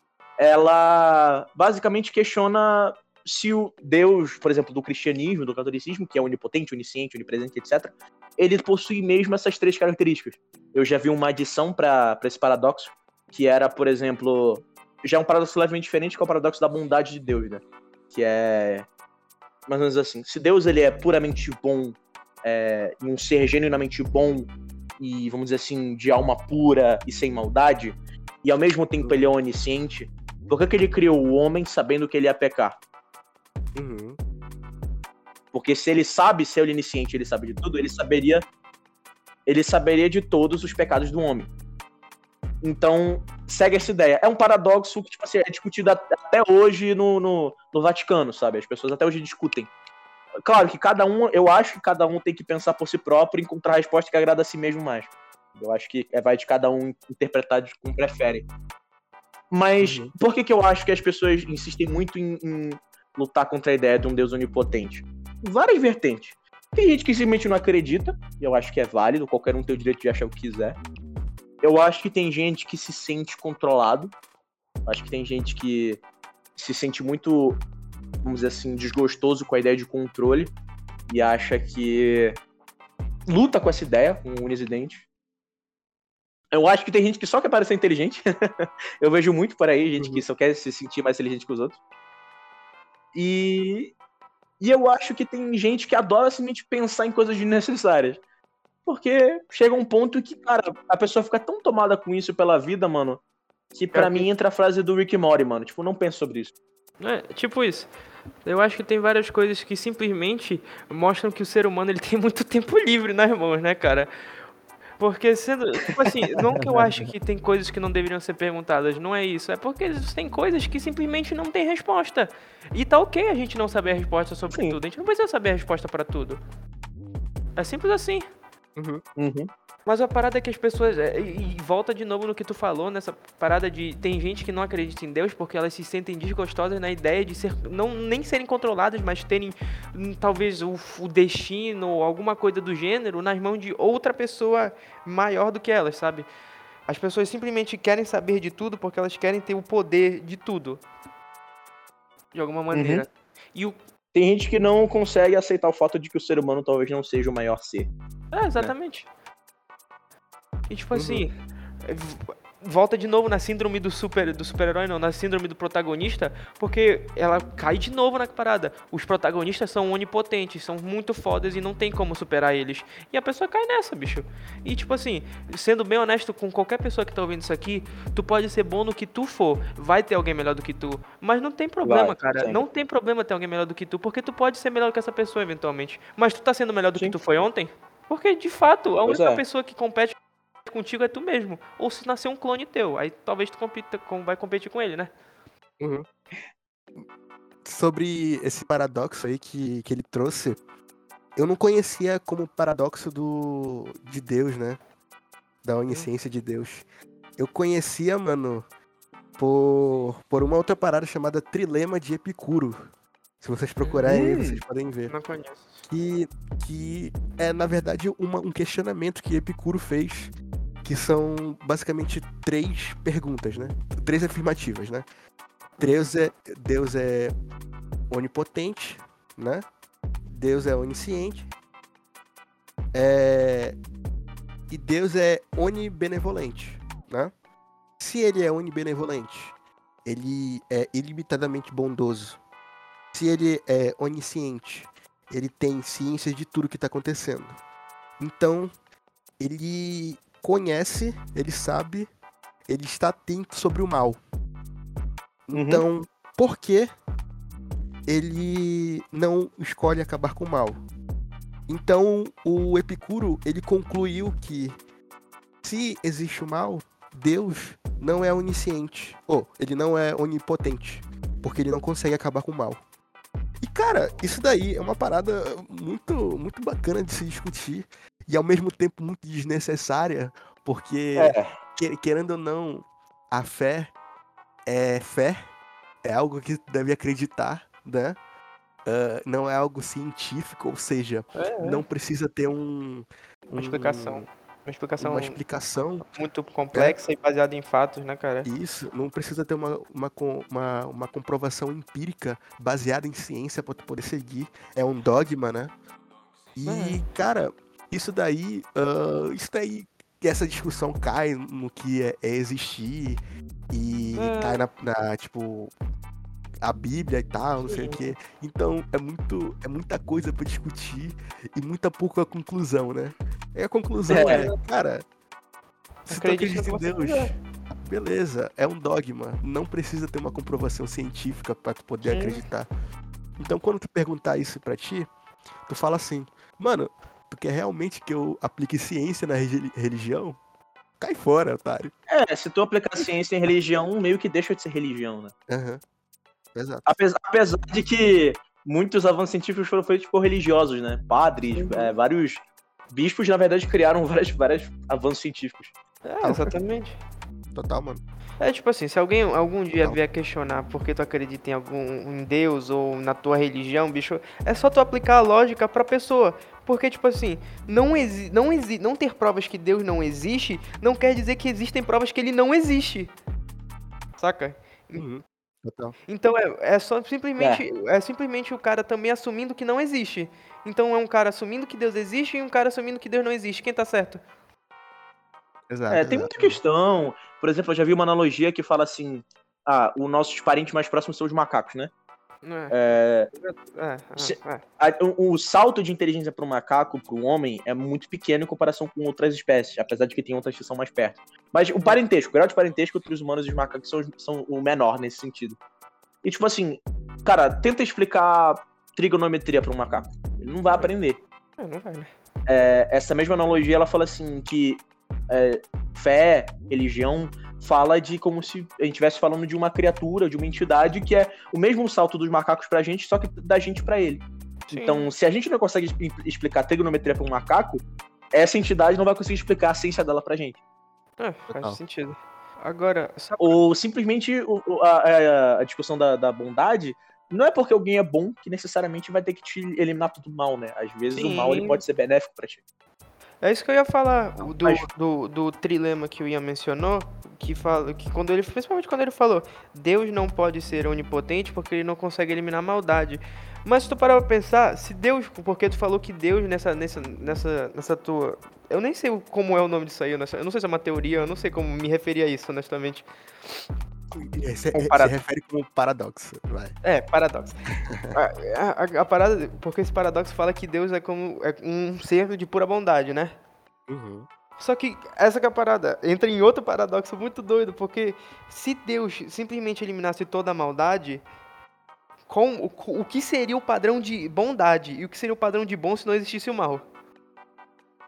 Ela basicamente questiona se o Deus, por exemplo, do cristianismo, do catolicismo, que é onipotente, onisciente, onipresente, etcétera, ele possui mesmo essas três características. Eu já vi uma adição para esse paradoxo, que era, por exemplo, já é um paradoxo levemente diferente, que é o paradoxo da bondade de Deus, né? Que é mais ou menos assim, se Deus ele é puramente bom, é, e um ser genuinamente bom, e vamos dizer assim, de alma pura e sem maldade, e ao mesmo tempo ele é onisciente, por que, que ele criou o homem sabendo que ele ia pecar? Uhum. Porque se ele sabe ser onisciente, ele sabe de tudo, ele saberia ele saberia de todos os pecados do homem. Então, segue essa ideia. É um paradoxo que tipo assim, é discutido até hoje no, no, no Vaticano, sabe? As pessoas até hoje discutem. Claro que cada um, eu acho que cada um tem que pensar por si próprio e encontrar a resposta que agrada a si mesmo mais. Eu acho que é, vai de cada um interpretar de como prefere. Mas Uhum. por que, que eu acho que as pessoas insistem muito em, em lutar contra a ideia de um Deus onipotente? Várias vertentes. Tem gente que simplesmente não acredita, e eu acho que é válido, qualquer um tem o direito de achar o que quiser. Eu acho que tem gente que se sente controlado. Acho que tem gente que se sente muito, vamos dizer assim, desgostoso com a ideia de controle e acha que luta com essa ideia, com o Unisidente. Eu acho que tem gente que só quer parecer inteligente. Eu vejo muito por aí, gente Uhum. que só quer se sentir mais inteligente que os outros. E, e eu acho que tem gente que adora simplesmente pensar em coisas desnecessárias. Porque chega um ponto que, cara, a pessoa fica tão tomada com isso pela vida, mano, que pra É, mim entra a frase do Rick e Morty, mano. Tipo, não pensa sobre isso. É, tipo isso. Eu acho que tem várias coisas que simplesmente mostram que o ser humano ele tem muito tempo livre nas mãos, né, cara? Porque sendo, tipo assim, não que eu acho que tem coisas que não deveriam ser perguntadas, não é isso. É porque tem coisas que simplesmente não tem resposta. E tá ok a gente não saber a resposta sobre Sim. tudo. A gente não precisa saber a resposta pra tudo. É simples assim. Uhum. Uhum. Mas a parada é que as pessoas. é, E e volta de novo no que tu falou, nessa parada de. Tem gente que não acredita em Deus porque elas se sentem desgostosas na ideia de ser. Não, nem serem controladas, mas terem hum, talvez o, o destino ou alguma coisa do gênero nas mãos de outra pessoa maior do que elas, sabe? As pessoas simplesmente querem saber de tudo porque elas querem ter o poder de tudo. De alguma maneira. E o. Tem gente que não consegue aceitar o fato de que o ser humano talvez não seja o maior ser. É, exatamente. E tipo Uhum. assim, é, v- volta de novo na síndrome do super do super-herói, não, na síndrome do protagonista, porque ela cai de novo na parada. Os protagonistas são onipotentes, são muito fodas e não tem como superar eles. E a pessoa cai nessa, bicho. E tipo assim, sendo bem honesto com qualquer pessoa que tá ouvindo isso aqui, tu pode ser bom no que tu for, vai ter alguém melhor do que tu, mas não tem problema, Vai, cara. sempre. Não tem problema ter alguém melhor do que tu, porque tu pode ser melhor que essa pessoa eventualmente. Mas tu tá sendo melhor do Sim. que tu foi ontem? Porque, de fato, a Pois única é. pessoa que compete contigo é tu mesmo. Ou se nascer um clone teu, aí talvez tu compita, com- vai competir com ele, né? Uhum. Sobre esse paradoxo aí que, que ele trouxe, eu não conhecia como paradoxo do de Deus, né? Da onisciência de Deus. Eu conhecia, mano, por, por uma outra parada chamada Trilema de Epicuro. Se vocês procurarem aí, Hum. vocês podem ver. Não conheço. Que, que é, na verdade, uma- um questionamento que Epicuro fez, que são basicamente três perguntas, né? Três afirmativas, né? Deus é, Deus é onipotente, né? Deus é onisciente. É... E Deus é onibenevolente, né? Se ele é onibenevolente, ele é ilimitadamente bondoso. Se ele é onisciente, ele tem ciência de tudo que está acontecendo. Então, ele conhece, ele sabe, ele está atento sobre o mal. Uhum. Então, por que ele não escolhe acabar com o mal? Então, o Epicuro, ele concluiu que se existe o mal, Deus não é onisciente, ou ele não é onipotente, porque ele não consegue acabar com o mal. E, cara, isso daí é uma parada muito, muito bacana de se discutir e, ao mesmo tempo, muito desnecessária, porque, É. que- querendo ou não, a fé é fé, é algo que deve acreditar, né? Ah, não é algo científico, ou seja, É, é. não precisa ter um, Uma um- explicação. Uma explicação uma explicação. muito complexa e baseada em fatos, né, cara? Isso, não precisa ter uma, uma, com- uma, uma comprovação empírica baseada em ciência pra tu poder seguir. É um dogma, né? E, cara, isso daí, ah, isso daí, essa discussão cai no que é, é existir e É. cai na, na, tipo, a Bíblia e tal, não sei o quê. Então, é muito, é muita coisa pra discutir e muita pouca conclusão, né? E a conclusão É. é, cara, se tu Acredite acredita no em que você Deus, quiser. beleza, é um dogma. Não precisa ter uma comprovação científica pra tu poder Sim. acreditar. Então, quando tu perguntar isso pra ti, tu fala assim, mano, tu quer realmente que eu aplique ciência na regi- religião? Cai fora, otário. É, se tu aplicar ciência em religião, meio que deixa de ser religião, né? Aham. Exato. Apesar, apesar de que muitos avanços científicos foram feitos por religiosos, né? Padres, Uhum. é, vários bispos, na verdade, criaram vários, vários avanços científicos. É, exatamente. Total, mano. É tipo assim, se alguém algum dia Não. vier questionar por que tu acredita em algum em Deus ou na tua religião, bicho, é só tu aplicar a lógica pra pessoa. Porque, tipo assim, não, exi não, exi não ter provas que Deus não existe, não quer dizer que existem provas que ele não existe. Saca? Uhum. Total. Então é, é só simplesmente é. simplesmente o cara também assumindo que não existe. Então é um cara assumindo que Deus existe e um cara assumindo que Deus não existe. Quem tá certo? Exato. É, tem exato. muita questão. Por exemplo, eu já vi uma analogia que fala assim: ah, os nossos parentes mais próximos são os macacos, né? É, É, é, se- é, é. a- o, o salto de inteligência para o macaco, para o homem, é muito pequeno em comparação com outras espécies, apesar de que tem outras que são mais perto. Mas o parentesco, o grau de parentesco entre os humanos e os macacos são, são o menor nesse sentido. E tipo assim, cara, tenta explicar trigonometria para um macaco. Ele não vai aprender. É, não vai, né? É, essa mesma analogia, ela fala assim que é, fé, religião, fala de como se a gente estivesse falando de uma criatura, de uma entidade que é o mesmo salto dos macacos pra gente, só que da gente pra ele. Sim. Então, se a gente não consegue expli- explicar trigonometria pra um macaco, essa entidade não vai conseguir explicar a ciência dela pra gente. É, Total. faz sentido. Agora, sabe, Ou simplesmente o- o- a, a- a discussão da, da bondade não é porque alguém é bom que necessariamente vai ter que te eliminar tudo mal, né? Às vezes o mal ele Sim. pode ser benéfico pra ti. é isso que eu ia falar o do, Mas- do, do trilema que o Ian mencionou, que fala que quando ele, principalmente quando ele falou, Deus não pode ser onipotente porque ele não consegue eliminar a maldade. Mas se tu parar pra pensar, se Deus, porque tu falou que Deus nessa, nessa, nessa, nessa tua, eu nem sei como é o nome disso aí, eu não sei eu não sei se é uma teoria, eu não sei como me referir a isso, honestamente. Se, Um se para- refere como paradoxo, vai. É, paradoxo. a, a- a parada, porque esse paradoxo fala que Deus é como é um ser de pura bondade, né? Uhum. Só que essa que é a parada entra em outro paradoxo muito doido, porque se Deus simplesmente eliminasse toda a maldade, com, o, o que seria o padrão de bondade e o que seria o padrão de bom se não existisse o mal?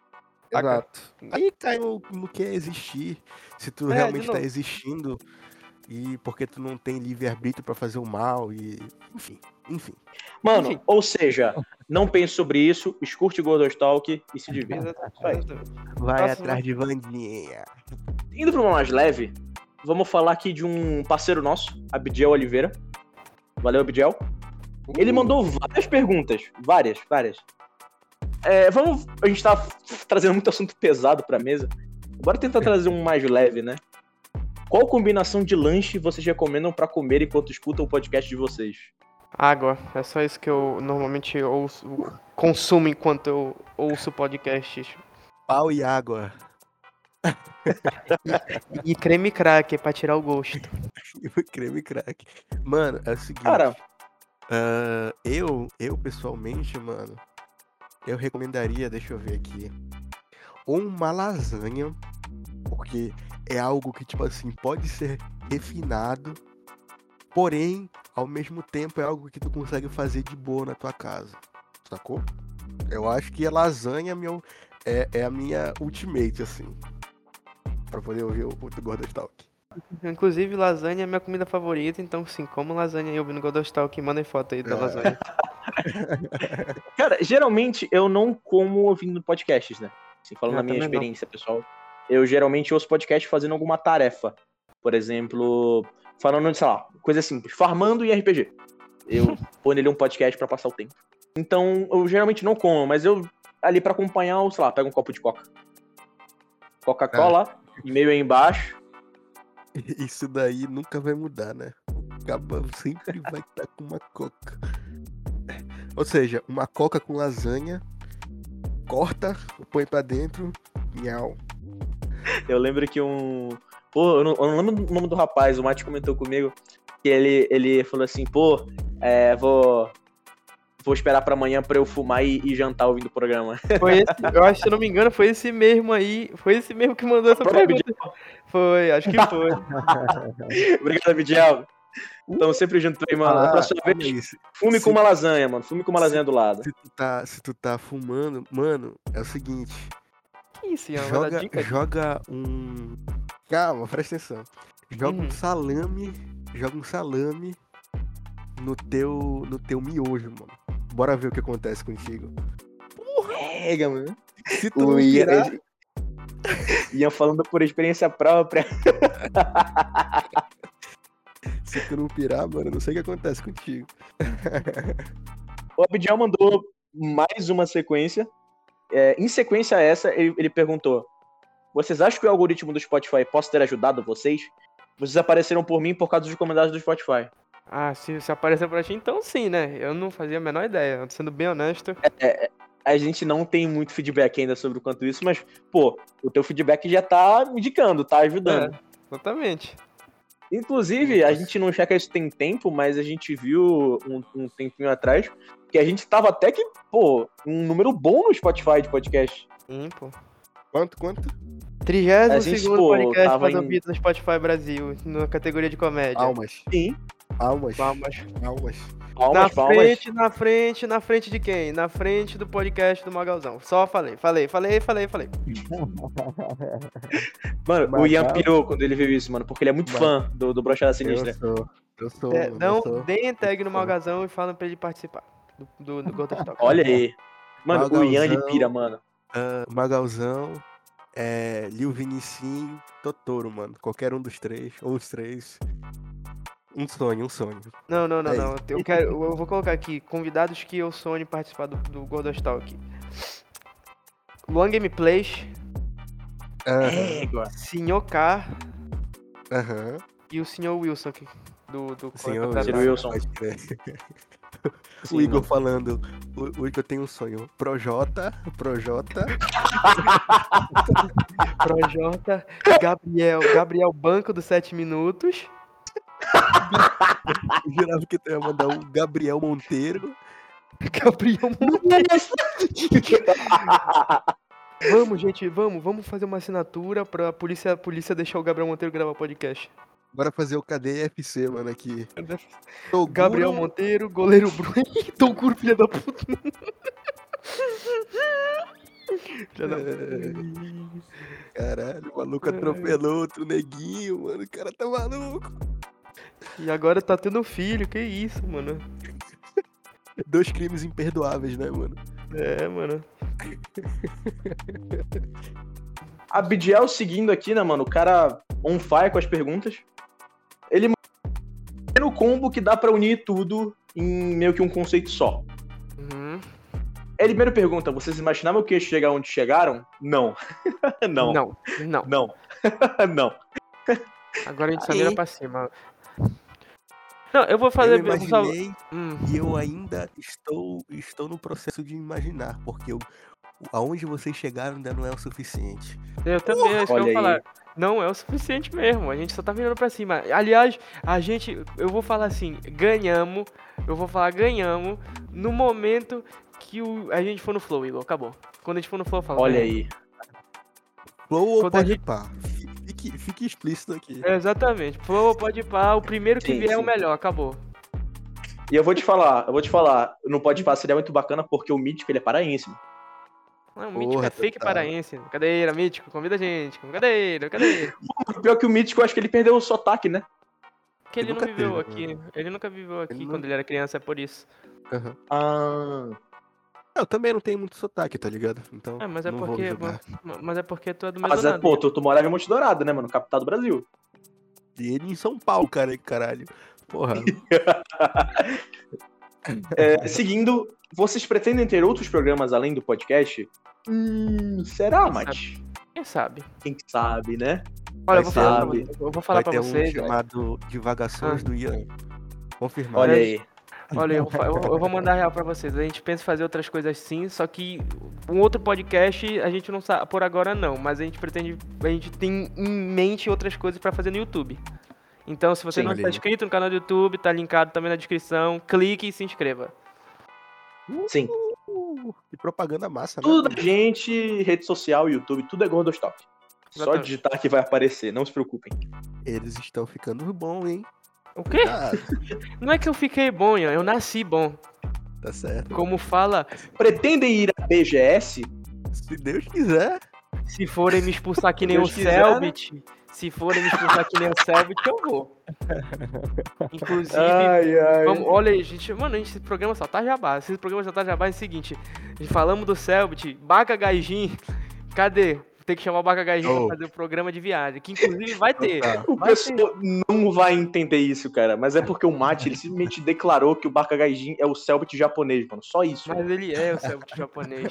Exato. Aí cai no, no que é existir. Se tu É, realmente de tá novo. existindo e porque tu não tem livre-arbítrio pra fazer o mal e. Enfim, enfim. Mano, Enfim. ou seja, não pense sobre isso, escute Gordostalk e se divirta. Exatamente. Isso aí. exatamente. Vai Próximo. atrás de Vandinha. Indo pra uma mais leve, vamos falar aqui de um parceiro nosso, Abdiel Oliveira. Valeu, Abdiel. Ele mandou várias perguntas. Várias, várias. É, vamos. A gente tá trazendo muito assunto pesado pra mesa. Bora tentar trazer um mais leve, né? Qual combinação de lanche vocês recomendam pra comer enquanto escutam o podcast de vocês? Água. É só isso que eu normalmente ouço, consumo enquanto eu ouço podcasts. Pau e água. E creme cracker pra tirar o gosto. Creme crack. Mano, é o seguinte. Cara, ah, eu, eu pessoalmente, mano, eu recomendaria, deixa eu ver aqui, ou uma lasanha, porque é algo que, tipo assim, pode ser refinado, porém, ao mesmo tempo, é algo que tu consegue fazer de boa na tua casa, sacou? Eu acho que a lasanha é, meu, é, é a minha ultimate, assim, pra poder ouvir o, o Gordostalk. Inclusive, lasanha é minha comida favorita, então sim, como lasanha aí ouvindo Gordostalk, mandem foto aí da É. lasanha. cara, geralmente eu não como ouvindo podcasts, né? Assim, falando Eu da minha também não. experiência, pessoal. Eu geralmente ouço podcast fazendo alguma tarefa. Por exemplo, falando de, sei lá, coisa simples, farmando e R P G. Eu ponho nele um podcast pra passar o tempo. Então, eu geralmente não como, mas eu, ali pra acompanhar, eu, sei lá, pego um copo de coca. Coca-Cola, e-mail aí embaixo. Isso daí nunca vai mudar, né? Acaba sempre vai estar com uma coca. Ou seja, uma coca com lasanha, corta, põe pra dentro, nhau. Eu lembro que um... Pô, eu não, eu não lembro o nome do rapaz, o Mate comentou comigo, que ele, ele falou assim, pô, é, vou... Vou esperar pra amanhã pra eu fumar e, e jantar ouvindo o programa. Foi esse, eu acho, se eu não me engano, foi esse mesmo aí, foi esse mesmo que mandou essa Próprio pergunta. Foi, acho que foi. Obrigado, Abdiel. Tamo sempre junto aí, mano. Da próxima calma vez, aí, se, fume se- com uma lasanha, mano. Fume com uma lasanha do lado. se tu tá, se tu tá fumando, mano, é o seguinte, Que isso, Ian? Vai dar joga, dica? joga um... Calma, presta atenção. Joga Uhum. um salame, joga um salame no teu, no teu miojo, mano. Bora ver o que acontece contigo. Pega, mano. Se tu não O Ian, pirar, ele- Ian falando por experiência própria. se tu não pirar, mano, eu não sei o que acontece contigo. O Abdiel mandou mais uma sequência. É, em sequência a essa, ele, ele perguntou: vocês acham que o algoritmo do Spotify possa ter ajudado vocês? Vocês apareceram por mim por causa dos comentários do Spotify. Ah, se, se aparecer pra ti, então sim, né? Eu não fazia a menor ideia, sendo bem honesto. A gente não tem muito feedback ainda sobre o quanto isso, mas, pô, o teu feedback já tá indicando, tá ajudando. É, exatamente. Inclusive, a gente não checa isso tem tempo, mas a gente viu um, um tempinho atrás que a gente tava até que, pô, um número bom no Spotify de podcast. Sim, pô. Quanto, quanto? trigésimo A gente, segundo pô, podcast tava mais em- ouvido no Spotify Brasil, na categoria de comédia. Almas. Sim. Almas. Palmas. Almas. Palmas, Na palmas. frente, na frente, na frente de quem? Na frente do podcast do Magalzão. Só falei, falei, falei, falei, falei. Mano, Mas o Ian tá- pirou quando ele viu isso, mano, porque ele é muito Mas- fã do, do Brochada Eu Sinistra. sou. Eu sou, É, mano, não, eu sou. deem tag no Magalzão e falam pra ele participar do, do, do Golden Talk. Olha aí. Mano, o Ian, ele Magalzão. pira, mano. Ah, Magalzão, é, Lil Vinicim, Totoro, mano. Qualquer um dos três, ou os três. Um sonho, um sonho. Não, não, não, É não. Eu quero. Eu vou colocar aqui convidados que eu sonho participar do, do Golden Talk. Luan Gameplays, Aham, Égua. Senhor K aham. e o Senhor Wilson aqui. Do, do Senhor Contra- Senhor Wilson. pode crer. Sim, O Igor mano. falando, o, o Igor tem um sonho. Projota, Projota, Projota, Gabriel, Gabriel Banco dos sete minutos. eu jurava que tu ia mandar o Gabriel Monteiro. Gabriel Vamos, gente, vamos, vamos fazer uma assinatura pra polícia, polícia deixar o Gabriel Monteiro gravar podcast. Bora fazer o K D F C, mano, aqui. Toguro, Gabriel Monteiro, goleiro Bruno. Toguro, filha da puta. Já não- Caralho, o maluco atropelou outro neguinho, mano. O cara tá maluco. E agora tá tendo filho, que isso, mano. Dois crimes imperdoáveis, né, mano? É, mano. Abdiel seguindo aqui, né, mano? O cara on fire com as perguntas. Ele no combo que dá pra unir tudo em meio que um conceito só. Uhum. Ele primeiro pergunta, vocês imaginavam que ia chegar onde chegaram? Não. Não. Não, não. Não. Não. Agora a gente só Aí. mira pra cima. Não, eu vou fazer... Eu eu vou só- imaginei Hum, e eu ainda estou, estou no processo de imaginar, porque eu, aonde vocês chegaram ainda não é o suficiente. eu também, é isso que eu olha vou aí. falar. Não é o suficiente mesmo, a gente só tá virando pra cima. Aliás, a gente, eu vou falar assim, ganhamos, eu vou falar ganhamos no momento que o, a gente for no Flow, Igor, acabou. Quando a gente for no Flow, eu falo. Olha ganhamos. aí. Flow ou Quando a pode gente- pá? Fique, fique explícito aqui. É, exatamente, Flow pode ir pá, o primeiro que Sim, vier é o sim. melhor, acabou. E eu vou te falar, eu vou te falar, no Pode Pá seria muito bacana porque o Mítico ele é paraense. Não, o Porra, Mítico é fake total. paraense. Brincadeira, Mítico, convida a gente. Brincadeira, brincadeira. Pior que o Mítico, eu acho que ele perdeu o sotaque, né? Porque ele Ele não nunca viveu teve, aqui. Ele nunca viveu aqui Ele quando não- ele era criança, é por isso. Aham. Ah. Eu também não tenho muito sotaque, tá ligado? Então, É, mas é não vou porque. julgar. ma- Mas é porque tu é do Mas mesmo é, nada. pô, tu, tu morava em Monte Dourado, né, mano? Capital do Brasil. E ele em São Paulo, cara, caralho. Porra. É, seguindo, vocês pretendem ter outros programas além do podcast? Hum, será, Quem Mate? Quem sabe? Quem sabe, né? Olha, Vai eu vou ser falar, um- pra, eu vou falar Vai pra ter vocês. um chamado Divagações Ah. do Ian. Confirmado. Olha aí. Olha, eu vou, fa- eu vou- eu vou mandar real pra vocês. A gente pensa em fazer outras coisas sim, só que um outro podcast a gente não sabe por agora não, mas a gente pretende, a gente tem em mente outras coisas pra fazer no YouTube. Então, se você Sim, não olha está aí. inscrito no canal do YouTube, tá linkado também na descrição, clique e se inscreva. Sim. Uh, que propaganda massa, né? Tudo da gente, rede social, YouTube, tudo é Gordostock. Só Exatamente. digitar que vai aparecer, não se preocupem. Eles estão ficando bom, hein? O quê? Tá, Não é que eu fiquei bom, Ian, eu nasci bom. tá certo. Como fala, Pretendem ir à B G S? Se Deus quiser. se forem me expulsar que nem o Deus quiser, Selbit, se forem me expulsar que nem o Selbit, eu vou. Inclusive, Ai, ai. vamos, olha aí, gente, mano, a gente, esse programa só tá jabá. Esse programa só tá jabá é o seguinte, falamos do Selbit, Baca Gaijin, cadê? Tem que chamar o Baca Gaijin Oh. pra fazer o programa de viagem, que inclusive vai ter. Tá. O Vai ter. pessoal não vai entender isso, cara. Mas é porque o Mate, ele simplesmente declarou que o Barca Gaijin é o Selbit japonês, mano. Só isso. Mas ele é o Selbit japonês.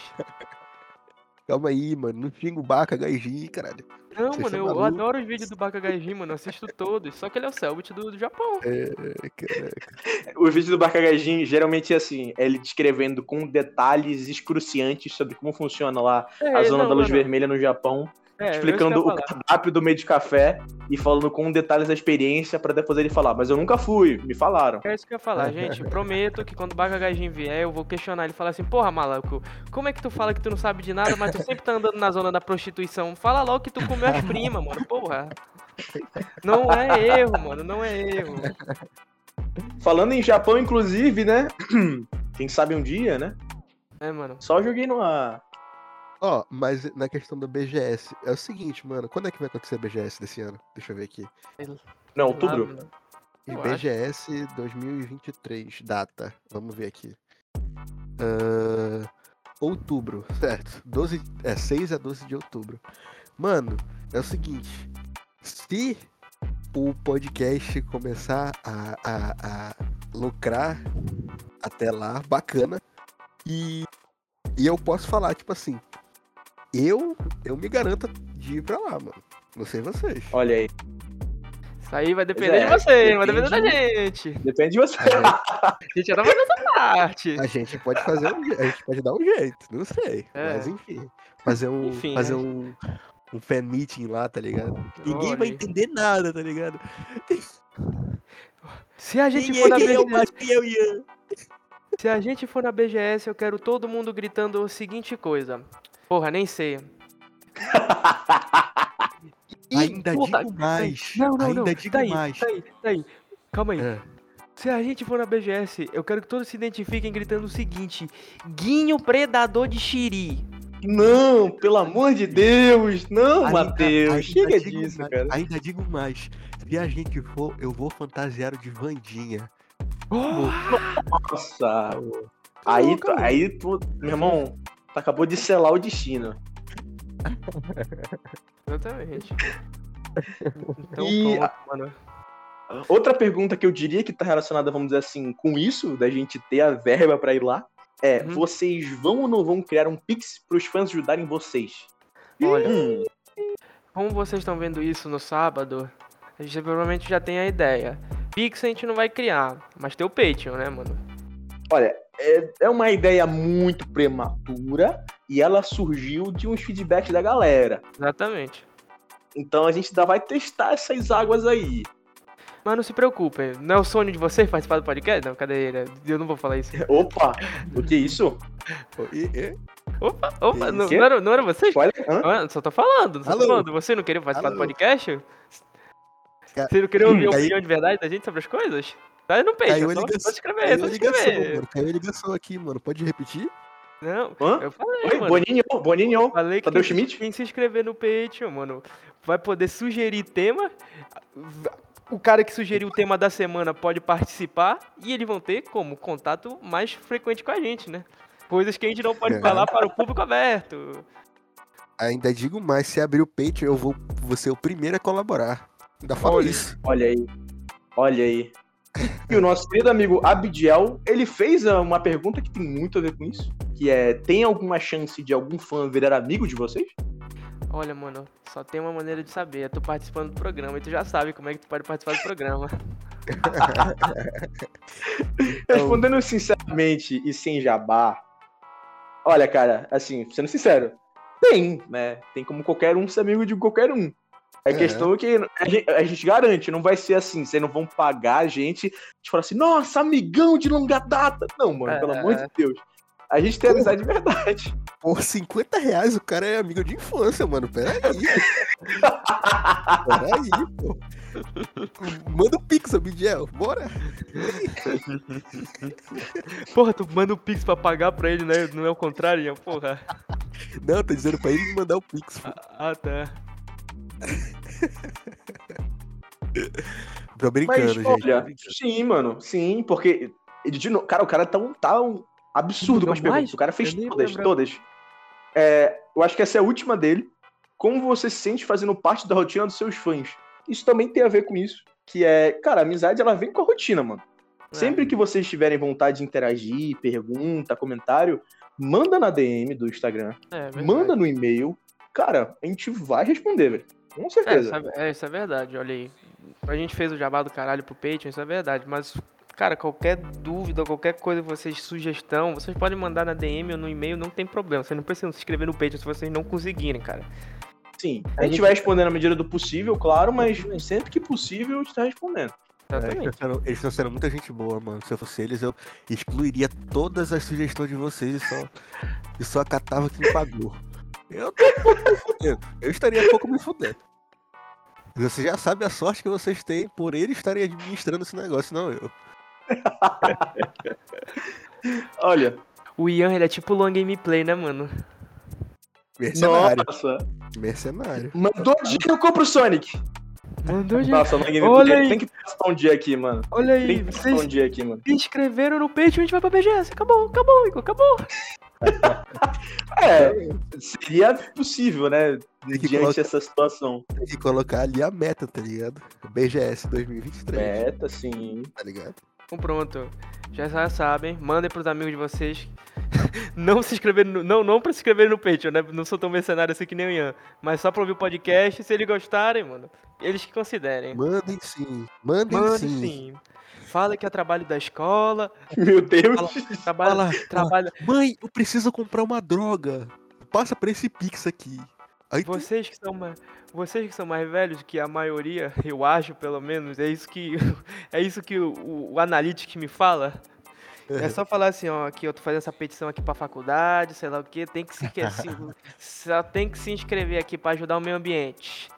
Calma aí, mano. Não xinga o Baca, Gaijin, caralho. Não, Vocês mano, são eu malucos. adoro os vídeos do Baca Gaijin, mano, eu assisto todos. Só que ele é o Selbit do, do Japão. É, caraca. O vídeo do Barca Gaijin geralmente é assim, é ele descrevendo com detalhes excruciantes sobre como funciona lá É, a zona não, da luz mano, vermelha no Japão, é, explicando eu o ia falar. cardápio do meio de café e falando com detalhes da experiência pra depois ele falar. Mas eu nunca fui, me falaram. É isso que eu ia falar, gente. Prometo que quando o Baca Gaijin vier, eu vou questionar ele e falar assim: porra, maluco, como é que tu fala que tu não sabe de nada, mas tu sempre tá andando na zona da prostituição? Fala logo que tu comeu as primas, mano, porra. Não é erro, mano, não é erro. Falando em Japão, inclusive, né? Quem sabe um dia, né? É, mano. Só joguei numa. Ó, mas na questão do B G S, é o seguinte, mano. Quando é que vai acontecer a B G S desse ano? Deixa eu ver aqui. Não, outubro. Ah, mano. E Eu B G S dois mil e vinte e três, data. Vamos ver aqui. Ah, outubro, certo. doze, é seis a doze de outubro. Mano, é o seguinte. Se o podcast começar a, a, a lucrar até lá, bacana. E, e eu posso falar, tipo assim. Eu, eu me garanto de ir pra lá, mano. Não sei vocês. Olha aí. Isso aí vai depender é, de você, vai depender da depende- gente. Depende de você. A gente já tá fazendo essa parte. A gente pode fazer um, je- a gente pode dar um jeito, não sei. É. Mas enfim. Fazer um. Enfim, fazer né? um, um fan meeting lá, tá ligado? Ninguém vai Olha. entender nada, tá ligado? Se a gente Quem for é, na quem é o B G S, Márcio? Quem é o Ian? se a gente for na B G S, eu quero todo mundo gritando a seguinte coisa. Porra, nem sei. Ih, Ainda puta, digo mais. Não, não, Ainda não. digo tá aí, mais. tá aí, tá aí. Calma aí. É. Se a gente for na B G S, eu quero que todos se identifiquem gritando o seguinte: Guinho Predador de Xiri. Não, pelo amor de Deus. Não, Ainda- Matheus. ainda Chega digo disso, mais- cara. Ainda digo mais. Se a gente for, eu vou fantasiado de Vandinha. Nossa. Aí, tu, aí tu, meu irmão, tu acabou de selar o destino. Exatamente. Então, E- pronto, mano. Outra pergunta que eu diria que tá relacionada, vamos dizer assim, com isso, da gente ter a verba pra ir lá, é, Uhum. vocês vão ou não vão criar um Pix pros fãs ajudarem vocês? Olha, Hum, como vocês estão vendo isso no sábado, a gente provavelmente já tem a ideia. Pix a gente não vai criar, mas tem o Patreon, né, mano? olha, é, é uma ideia muito prematura e ela surgiu de uns feedbacks da galera. Exatamente. Então a gente ainda vai testar essas águas aí. Mas não se preocupem, não é o sonho de vocês participar do podcast? Não, cadê ele? Eu não vou falar isso. Opa, o que é isso? E- e- Opa, opa, não, Quê? não era, não era vocês? Olha, hã? Ah, só tô falando, só tô Alô? falando. Você não queria participar do Alô? podcast? Ca- Você não queria ouvir a Caiu- opinião de verdade da gente sobre as coisas? Tá no Patreon, Caiu a só, ligação, só se inscrever, caiu só a se ligação, inscrever. mano. Caiu a ligação aqui, mano. Pode repetir? Não, Hã? eu falei, Oi, mano. Boninho, Boninho. Falei que Tadeu quem, Schmidt? quem se inscrever no Patreon, mano, vai poder sugerir tema. O cara que sugeriu o tema da semana pode participar e eles vão ter como contato mais frequente com a gente, né? Coisas que a gente não pode É. falar para o público aberto. Ainda digo mais, se abrir o Patreon, eu vou, vou ser o primeiro a colaborar. Ainda falo Olha. isso. Olha aí. Olha aí. E o nosso querido amigo Abdiel, ele fez ah, uma pergunta que tem muito a ver com isso. Que é, tem alguma chance de algum fã virar amigo de vocês? Olha, mano, só tem uma maneira de saber. É tu participando do programa e tu já sabe como é que tu pode participar do programa. Respondendo sinceramente e sem jabá, olha, cara, assim, sendo sincero, tem, né? Tem como qualquer um ser amigo de qualquer um. A É. questão é que a gente, a gente garante, não vai ser assim, vocês não vão pagar a gente de falar assim, nossa, amigão de longa data. Não, mano, É. pelo amor de Deus. A gente tem amizade de verdade. Por cinquenta reais o cara é amigo de infância, mano. Peraí. Peraí, pô. Manda o Pix, Abdiel. Bora. Porra, tu manda o Pix pra pagar pra ele, né? Não é o contrário, né? Porra. Não, tô dizendo pra ele me mandar o Pix. Pô. Ah, tá. Tô brincando, Mas, gente. olha, sim, mano, sim, porque, ele, de no- cara, o cara tá um, tá um absurdo com as Não, perguntas. mais? O cara fez Eu nem todas, lembro. todas. É, eu acho que essa é a última dele. Como você se sente fazendo parte da rotina dos seus fãs? Isso também tem a ver com isso, que é, cara, a amizade, ela vem com a rotina, mano. Sempre que vocês tiverem vontade de interagir, pergunta, comentário, manda na D M do Instagram, É, verdade. manda no e-mail. Cara, a gente vai responder, velho. Com É, certeza. sabe- é, isso é verdade, olha aí. A gente fez o jabá do caralho pro Patreon, isso é verdade, mas, cara, qualquer dúvida, qualquer coisa, vocês, sugestão, vocês podem mandar na D M ou no e-mail, não tem problema. Vocês não precisam se inscrever no Patreon se vocês não conseguirem, cara. Sim, a A gente gente- vai responder na medida do possível, claro, mas sempre que possível a gente tá respondendo. É, eles Exatamente. estão sendo- eles estão sendo muita gente boa, mano. Se eu fosse eles, eu excluiria todas as sugestões de vocês e só, e só acatava quem pagou. Eu tô um pouco me fudendo. Eu estaria um pouco me fudendo. Você já sabe a sorte que vocês têm por ele estarem administrando esse negócio, não eu. Olha, O Ian, ele é tipo long gameplay, né, mano? Mercenário. nossa, Mercenário. mandou dinheiro, eu compro o Sonic. Mandou gente. Nossa, no gameplay, Olha aí. tem que passar um dia aqui, mano. Olha aí, Tem que passar vocês um dia aqui, mano. se inscreveram no Patreon, a gente vai pra B G S. Acabou, acabou, Igor, acabou. É, seria possível, né? Tem que, Diante colocar, dessa situação. tem que colocar ali a meta, tá ligado? B G S dois mil e vinte e três, Meta, sim. tá ligado? Então pronto, já já sabem, mandem pros amigos de vocês. Não se inscreverem no, não, não pra se inscreverem no Patreon, né? Não sou tão mercenário assim que nem o Ian. Mas só pra ouvir o podcast, se eles gostarem, mano, eles que considerem. Mandem sim. Mandem Mande sim. sim. Fala que é trabalho da escola, Meu Deus. trabalho, Fala, trabalho. Mãe, eu preciso comprar uma droga. Passa pra esse Pix aqui. Aí tu- Vocês que são mais, vocês que são mais velhos que a maioria, eu acho pelo menos, é isso que é isso que o, o, o Analytics me fala. É só falar assim, ó, aqui eu tô fazendo essa petição aqui pra faculdade, sei lá o que, tem que se, que- se só tem que se inscrever aqui pra ajudar o meio ambiente.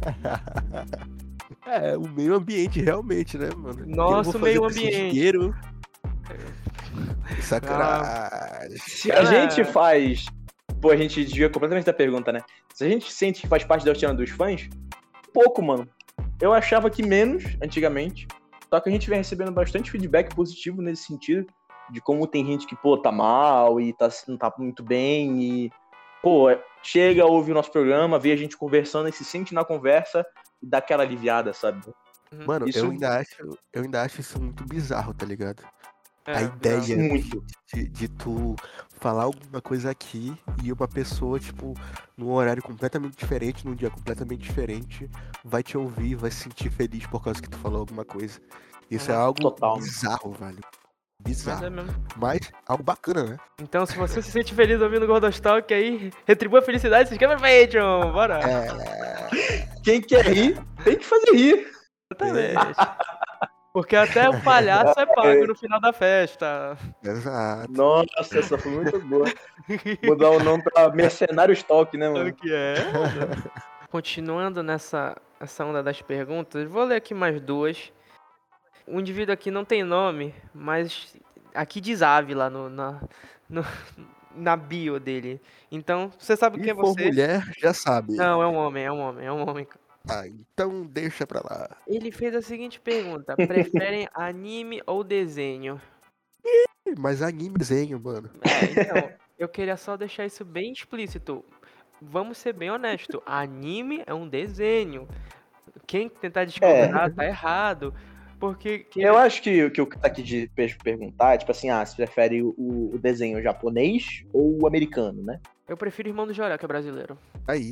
É, o meio ambiente, realmente, né, mano? Nosso Eu vou fazer meio com esse ambiente. dinheiro. Sacanagem. Se a gente faz Pô, a gente desvia completamente da pergunta, né? Se a gente sente que faz parte da rotina dos fãs, pouco, mano. Eu achava que menos, antigamente. Só que a gente vem recebendo bastante feedback positivo nesse sentido. De como tem gente que, pô, tá mal e tá, não tá muito bem. E, pô, chega, ouve o nosso programa, vê a gente conversando e se sente na conversa e dá aquela aliviada, sabe? Mano, Isso- eu, ainda acho, eu ainda acho isso muito bizarro, tá ligado? É, a ideia de, Muito. de, de tu falar alguma coisa aqui e uma pessoa, tipo, num horário completamente diferente, num dia completamente diferente, vai te ouvir, vai se sentir feliz por causa que tu falou alguma coisa. Isso é Uhum. algo Total. bizarro, velho. Mas é Bizarro. mesmo. Mas algo bacana, né? Então, se você se sente feliz ouvindo o Gordostalk aí, retribua a felicidade, se inscreva no Patreon, bora! Quem quer rir, tem que fazer rir. Exatamente. Porque até o palhaço é pago no final da festa. Exato. Nossa, essa foi muito boa. Mudar o nome pra Mercenários Talk, né, O mano? que é? Continuando nessa essa onda das perguntas, vou ler aqui mais duas. O indivíduo aqui não tem nome, mas aqui diz Ávila no, na, no- na bio dele. Então, você sabe quem E é for você? mulher, já sabe. Não, é um homem, é um homem, é um homem. Ah, então deixa pra lá. Ele fez a seguinte pergunta: preferem anime ou desenho? Mas anime desenho, mano. É, então, eu queria só deixar isso bem explícito. Vamos ser bem honestos. Anime é um desenho. Quem tentar discordar tá errado. Porque que- Eu acho que o que o que tá aqui de per- perguntar é, tipo assim, ah, você prefere o, o desenho japonês ou o americano, né? eu prefiro Irmão do Jorel, que é brasileiro. Aí.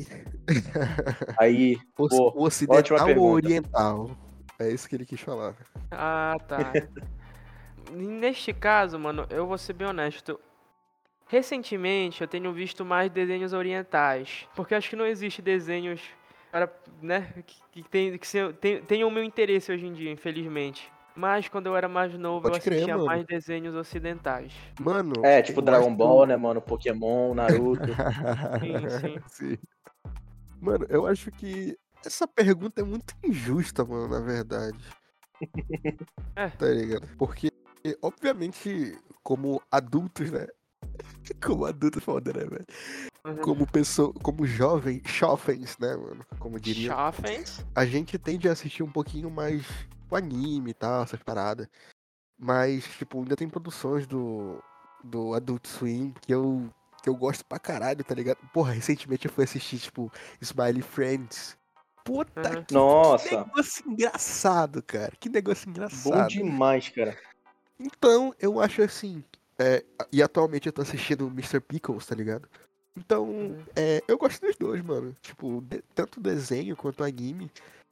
Aí, O, Pô, o ocidental ótima ou pergunta. oriental? É isso que ele quis falar. Ah, tá. Neste caso, mano, eu vou ser bem honesto. Recentemente eu tenho visto mais desenhos orientais. Porque acho que não existe desenhos para, né, que, que, tem, que se- tem- tenham o meu interesse hoje em dia, infelizmente. Mas quando eu era mais novo, Pode eu crer, assistia mano. mais desenhos ocidentais. Mano. é, tipo eu Dragon acho- Ball, né, mano? Pokémon, Naruto. Sim, sim. Sim. Mano, eu acho que essa pergunta é muito injusta, mano, na verdade. É. Tá ligado? Porque, obviamente, como adultos, né? Como adultos foda, né, velho? Uhum. Como pessoa, como jovem, jovens, né, mano? Como diria. Chafens. A gente tende a assistir um pouquinho mais o anime e tal, essas paradas. Mas, tipo, ainda tem produções do, do Adult Swim que eu, que eu gosto pra caralho, tá ligado? Porra, recentemente eu fui assistir, tipo, Smiley Friends. Puta Uhum. que, Nossa. que negócio engraçado, cara. Que negócio Bom engraçado. demais, cara. Então, eu acho assim. é, e atualmente eu tô assistindo mister Pickles, tá ligado? Então, Uhum. é, eu gosto dos dois, mano. Tipo, de- tanto desenho quanto anime.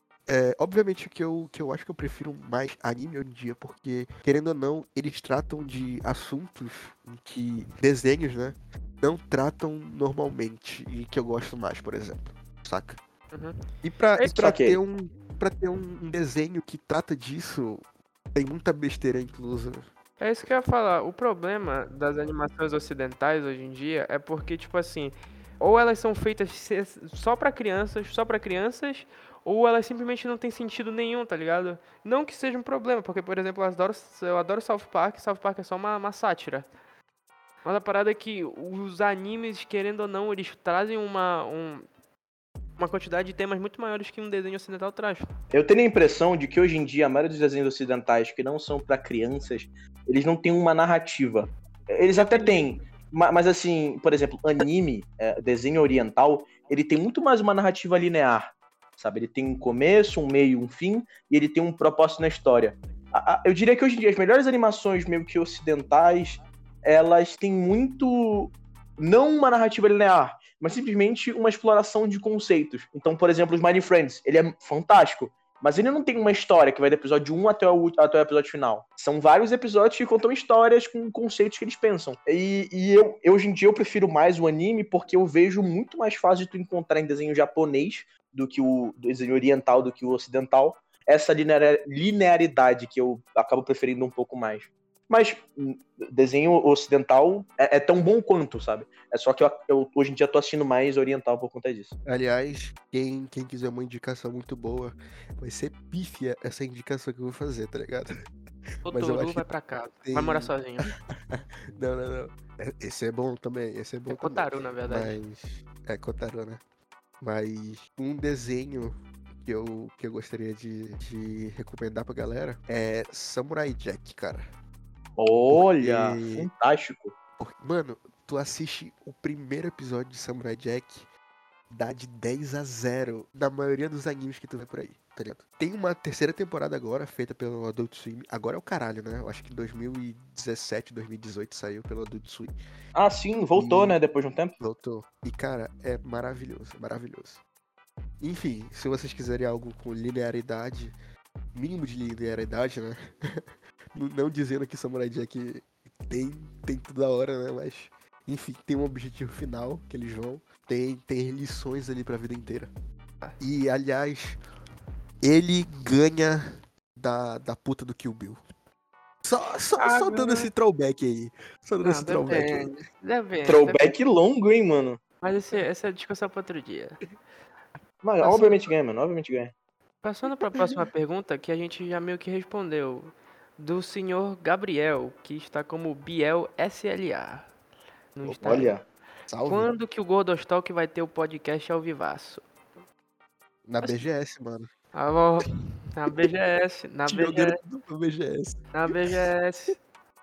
É, obviamente que eu, que eu acho que eu prefiro mais anime hoje em dia, porque, querendo ou não, eles tratam de assuntos em que desenhos, né, não tratam normalmente, e que eu gosto mais, por exemplo, saca? Uhum. E pra, É e pra saquei. ter, um, pra ter um desenho que trata disso, tem muita besteira inclusa. É isso que eu ia falar. O problema das animações ocidentais hoje em dia é porque, tipo assim, ou elas são feitas se- só pra crianças, só pra crianças, ou elas simplesmente não têm sentido nenhum, tá ligado? Não que seja um problema, porque, por exemplo, eu adoro, eu adoro South Park, South Park é só uma, uma sátira. Mas a parada é que os animes, querendo ou não, eles trazem uma, um- uma quantidade de temas muito maiores que um desenho ocidental traz. Eu tenho a impressão de que hoje em dia a maioria dos desenhos ocidentais que não são pra crianças, eles não têm uma narrativa. Eles até têm, ma- mas assim, por exemplo, anime, é, desenho oriental, ele tem muito mais uma narrativa linear, sabe? Ele tem um começo, um meio, um fim, e ele tem um propósito na história. A- a- Eu diria que hoje em dia as melhores animações meio que ocidentais, elas têm muito, não uma narrativa linear, mas simplesmente uma exploração de conceitos. Então, por exemplo, os Smiley Friends, ele é fantástico, mas ele não tem uma história que vai do episódio um até o, até o episódio final. São vários episódios que contam histórias com conceitos que eles pensam. E, e eu, eu, hoje em dia, eu prefiro mais o anime porque eu vejo muito mais fácil de tu encontrar em desenho japonês do que o desenho oriental, do que o ocidental, essa linear- linearidade que eu acabo preferindo um pouco mais. Mas hum, desenho ocidental é, é tão bom quanto, sabe? É só que eu, eu, hoje em dia tô assistindo mais oriental por conta disso. Aliás, quem, quem quiser uma indicação muito boa, vai ser pífia essa indicação que eu vou fazer, tá ligado? O Mas eu Toru acho vai que pra casa. tem- Vai morar sozinho. Não, não, não. É- Esse é bom também, esse é bom É também. Kotaro, na verdade. Mas. É, Kotaro, né? Mas um desenho que eu, que eu gostaria de, de recomendar pra galera é Samurai Jack, cara. Olha, Porque- fantástico. Porque, mano, tu assiste o primeiro episódio de Samurai Jack, dá de dez a zero na maioria dos animes que tu vê por aí, tá ligado? Tem uma terceira temporada agora, feita pelo Adult Swim. Agora é o caralho, né? Eu acho que em dois mil e dezessete, dois mil e dezoito saiu pelo Adult Swim. Ah, sim, voltou, E- né, depois de um tempo. Voltou. E, cara, é maravilhoso, maravilhoso. Enfim, se vocês quiserem algo com linearidade, mínimo de linearidade, né? Não- Não dizendo que Samurai Jack tem, tem tudo da hora, né? Mas, enfim, tem um objetivo final que eles vão. Tem, tem lições ali pra vida inteira. E, aliás, ele ganha da, da puta do Kill Bill. Só, só, Ah, só dando ganha. esse throwback aí. Só dando Não, esse throwback aí. depende. Depende. depende. Throwback longo, hein, mano. Mas esse, essa é discussão pra outro dia. Mas Passando- obviamente ganha, mano, obviamente ganha. Passando pra próxima pergunta, que a gente já meio que respondeu. Do senhor Gabriel, que está como Biel S L A. No Instagram. Olha, Salve. Quando que o Gordostalk vai ter o podcast ao vivaço? Na B G S, mano. Ah, bom. Na B G S, na Te B G jogando S, tudo pro B G S. na B G S.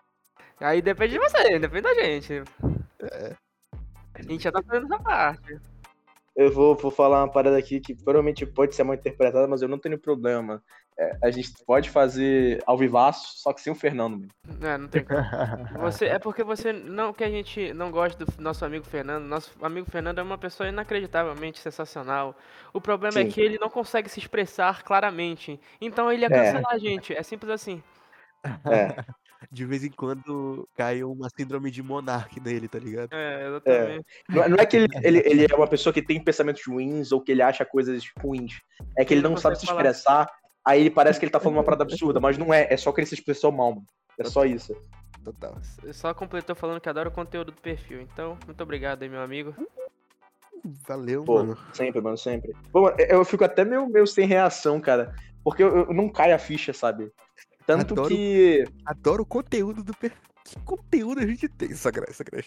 Aí depende de você, depende da gente. É. A gente já tá fazendo essa parte. eu vou, vou falar uma parada aqui que provavelmente pode ser mal interpretada, mas eu não tenho problema. É, a gente pode fazer ao vivaço, só que sem o Fernando, mano. É, não tem como. Você, é porque você, não que a gente não gosta do nosso amigo Fernando, nosso amigo Fernando é uma pessoa inacreditavelmente sensacional. O problema é Sim. que ele não consegue se expressar claramente, então ele ia cancelar a gente, é simples assim. É, De vez em quando cai uma síndrome de monarque nele, tá ligado? É, exatamente. não, é- não é que ele, ele, ele é uma pessoa que tem pensamentos ruins ou que ele acha coisas ruins. É que ele Ele não não sabe consegue se falar. expressar, aí ele parece que ele tá falando uma parada absurda, mas não é, é só que ele se expressou mal, mano. É só isso. Total. Só completou falando que adora o conteúdo do perfil, então, muito obrigado aí, meu amigo. Valeu, Pô, mano. sempre, mano, sempre. Pô, mano, eu fico até meio, meio sem reação, cara. Porque eu, eu não caio a ficha, sabe? Tanto Adoro- que. Adoro o conteúdo do perfil. Que conteúdo a gente tem, Sagrada, Sagrada.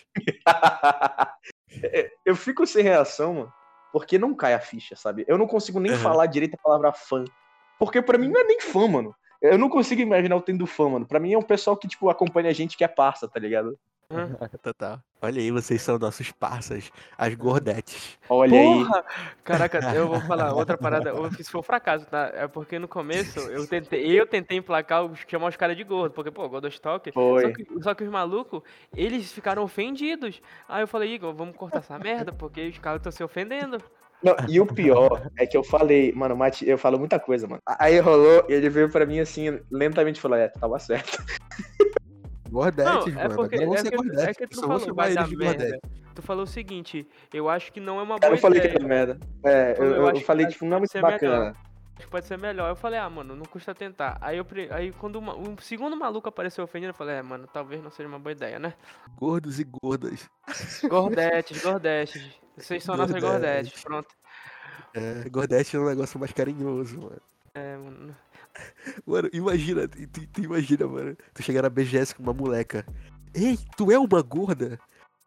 eu fico sem reação, mano, porque não cai a ficha, sabe? Eu não consigo nem Uhum. falar direito a palavra fã. Porque pra mim não é nem fã, mano. Eu não consigo imaginar o tendo fã, mano. Pra mim é um pessoal que, tipo, acompanha a gente que é parça, tá ligado? Total. Olha aí, vocês são nossos parças, as gordetes. Olha aí. Porra! Caraca, eu vou falar outra parada. Isso foi um fracasso, tá? É porque no começo eu tentei, eu tentei emplacar, os- chamar os caras de gordo. Porque, pô, Gordostalk. Foi. Só que, só que os malucos, eles ficaram ofendidos. Aí eu falei, Igor, vamos cortar essa merda, porque os caras estão se ofendendo. Não, e o pior é que eu falei, mano, Mati, eu falo muita coisa, mano. Aí rolou, ele veio pra mim assim, lentamente falou, é, tava certo. Gordetes, Não, é mano. porque Agora vão é ser que, gordetes. é que tu Só não vou falou, chamar vai eles dar de merda. gordete. Tu falou o seguinte, eu acho que não é uma Eu boa não falei que ideia. era merda. É, eu, Eu eu acho que falei, pode- tipo, não é pode muito ser bacana. melhor. Acho que pode ser melhor. Eu falei, ah, mano, não custa tentar. Aí, eu, pre- aí quando uma- um segundo maluco apareceu ofendendo, eu falei, é, mano, talvez não seja uma boa ideia, né? Gordos e gordas. Gordetes, gordetes. Vocês são nossas Gordetes. gordetes, pronto. É, gordete é um negócio mais carinhoso, mano. É, mano. Mano, imagina, tu, tu- tu imagina, mano. Tu chegar na B G S com uma moleca. Ei, tu é uma gorda?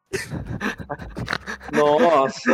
Nossa.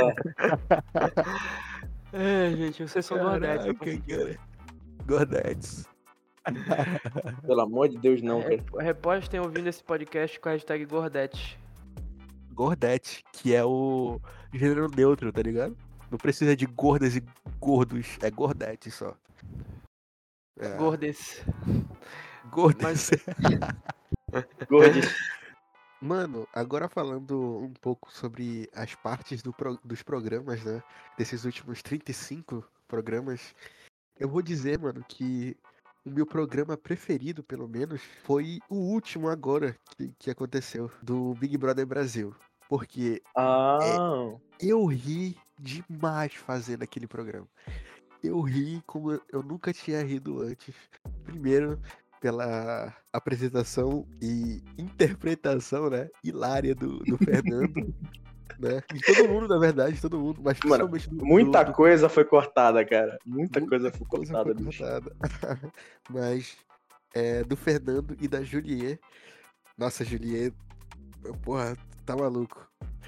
É, gente, vocês são gordetes. eu Caraca, consegui. cara. Gordetes. Pelo amor de Deus, não, cara. Rep- Repostem ouvindo esse podcast com a hashtag Gordete. Gordete, que é o gênero neutro, tá ligado? Não precisa de gordas e gordos, é gordete só. É, Gordes. gordas. Gordis. Mano, agora falando um pouco sobre as partes do pro- dos programas, né? Desses últimos trinta e cinco programas, eu vou dizer, mano, que o meu programa preferido, pelo menos, foi o último agora que, que aconteceu, do Big Brother Brasil. Porque Ah. eu ri demais fazendo aquele programa. Eu ri como eu nunca tinha rido antes. Primeiro, pela apresentação e interpretação, né, hilária do, do Fernando, né? De todo mundo, na verdade, todo mundo, mas Mano, principalmente do, Muita do, do coisa foi cortada, cara. Muita Muita coisa foi coisa cortada, foi bicho. cortada. Mas é, do Fernando e da Juliet. Nossa, Juliet, porra, tá maluco.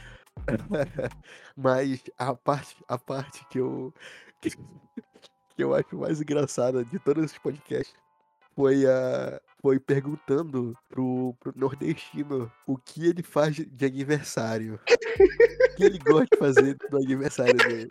Mas a parte, a parte que eu que, que eu acho mais engraçada de todos esses podcasts foi a foi perguntando pro, pro nordestino o que ele faz de aniversário. O que ele gosta de fazer no aniversário dele.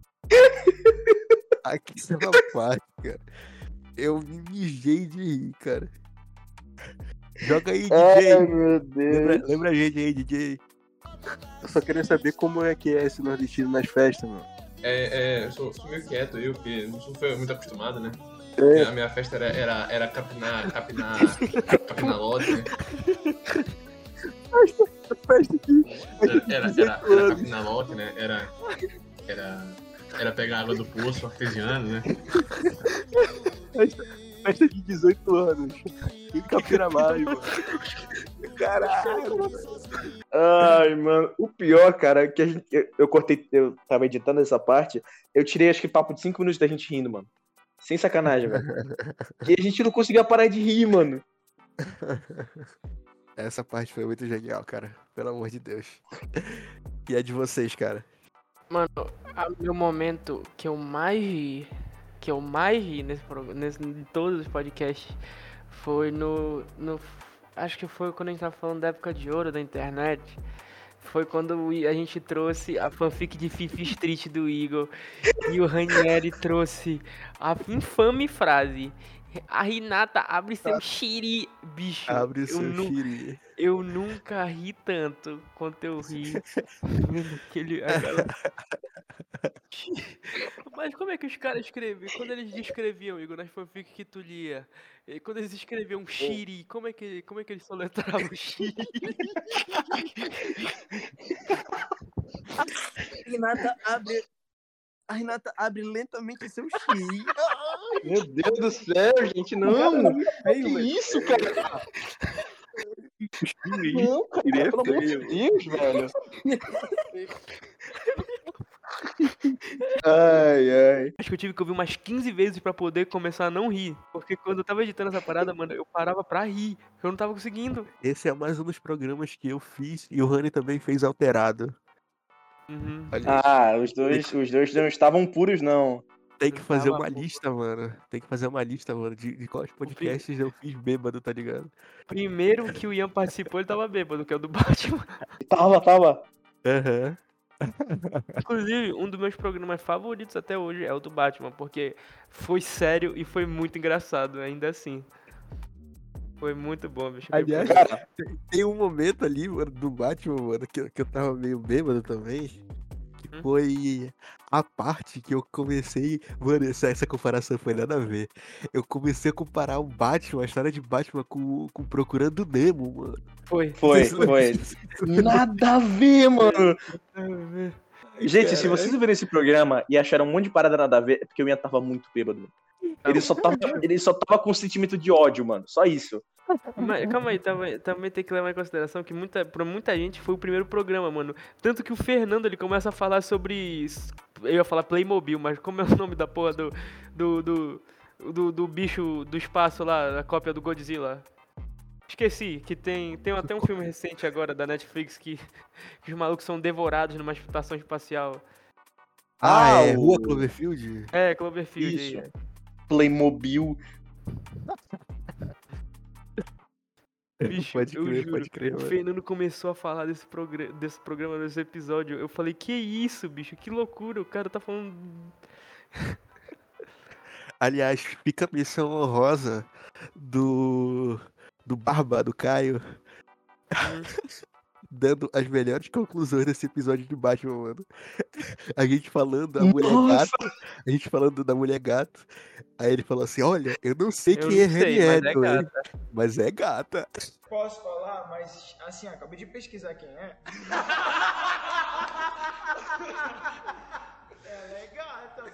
Aquela parte, cara. Eu me mijei de rir, cara. Joga aí, D J. Ai, meu Deus. Lembra, lembra a gente aí, D J. Eu só queria saber como é que é esse nordestino nas festas, mano. É, é, eu sou, sou meio quieto, eu, porque não sou muito acostumado, né? É. A minha festa era, era, era capinar, capinar, capinar lote, né? Festa aqui. Era, era, era, era capinar lote, né? Era, era, era pegar água do poço artesiano, né? Festa, festa de dezoito anos. Em Capinamari, mano. Caralho. Ai, mano. O pior, cara, que a gente, eu, eu cortei, eu tava editando essa parte, eu tirei acho que papo de cinco minutos da gente rindo, mano. Sem sacanagem, velho. E a gente não conseguia parar de rir, mano. Essa parte foi muito genial, cara. Pelo amor de Deus. E é de vocês, cara. Mano, o meu momento que eu mais ri, que eu mais ri nesse, pro- nesse, em todos os podcasts, foi no, no. Acho que foi quando a gente tava falando da época de ouro da internet. Foi quando o I- a gente trouxe a fanfic de Fifi Street do Eagle e o Ranieri trouxe a infame frase: a Renata abre seu xiri, bicho. Abre o eu seu nu- xiri. Eu nunca ri tanto quanto eu ri vendo aquele. Aquela... Mas como é que os caras escrevem? Quando eles descreviam, Igor, nas fanfics que tu lia, e quando eles escreviam xiri, como é que, como é que eles soletravam xiri? Renata abre. A Renata abre lentamente seu xiri. Meu Deus do céu, gente, não. Que isso, cara? Não, cara, Ele é pelo amor de feio. Deus, velho. Ai, ai. Acho que eu tive que ouvir umas quinze vezes pra poder começar a não rir. Porque quando eu tava editando essa parada, mano, eu parava pra rir. Eu não tava conseguindo. Esse é mais um dos programas que eu fiz e o Rani também fez alterado. Uhum. Olha, Ah, os dois, os dois não estavam puros, não. tem que fazer tava uma pouco. lista, mano. Tem que fazer uma lista, mano, de, de quais podcasts eu fiz bêbado, tá ligado? Primeiro que o Ian participou, ele tava bêbado, que é o do Batman. Tava, tava. Aham. Inclusive, um dos meus programas favoritos até hoje é o do Batman, porque foi sério e foi muito engraçado, ainda assim. Foi muito bom, bicho. Aliás, Cara, tem um momento ali, mano, do Batman, mano, que, eu- que eu tava meio bêbado também. Que Hum? foi a parte que eu comecei. Mano, essa, essa comparação foi nada a ver. Eu comecei a comparar o Batman, a história de Batman com, com Procurando Nemo, mano. Foi. foi, Vocês lembram foi. disso? Nada a ver, mano. Ai, Gente, se caralho. vocês verem esse programa e acharam um monte de parada nada a ver, é porque o Ian tava muito bêbado, mano. Ele só tava, ele só tava com sentimento de ódio, mano. Só isso. Mas, calma aí, também, também tem que levar em consideração que muita, pra muita gente foi o primeiro programa, mano. Tanto que o Fernando, ele começa a falar sobre... Eu ia falar Playmobil, mas como é o nome da porra do... Do, do, do, do bicho do espaço lá, a cópia do Godzilla? Esqueci, que tem, tem até um filme recente agora da Netflix que, que os malucos são devorados numa estação espacial. Ah, Ah, é o- Rua Cloverfield? É, Cloverfield. Isso. aí. Playmobil. Bicho, Pode eu crer, juro, pode crer, o mano. Fernando começou a falar desse, progr desse programa, desse episódio. Eu falei, que isso, bicho? Que loucura, o cara tá falando... Aliás, fica a missão honrosa do. do Barba, do Caio, dando as melhores conclusões desse episódio de Batman, mano. A gente falando da mulher Nossa. gato, a gente falando da mulher gato. Aí ele falou assim: olha, eu não sei Eu quem é não sei, Harry mas é Hathaway, gata. mas é gata. Posso falar, mas assim, acabei de pesquisar quem é. Ela é gata.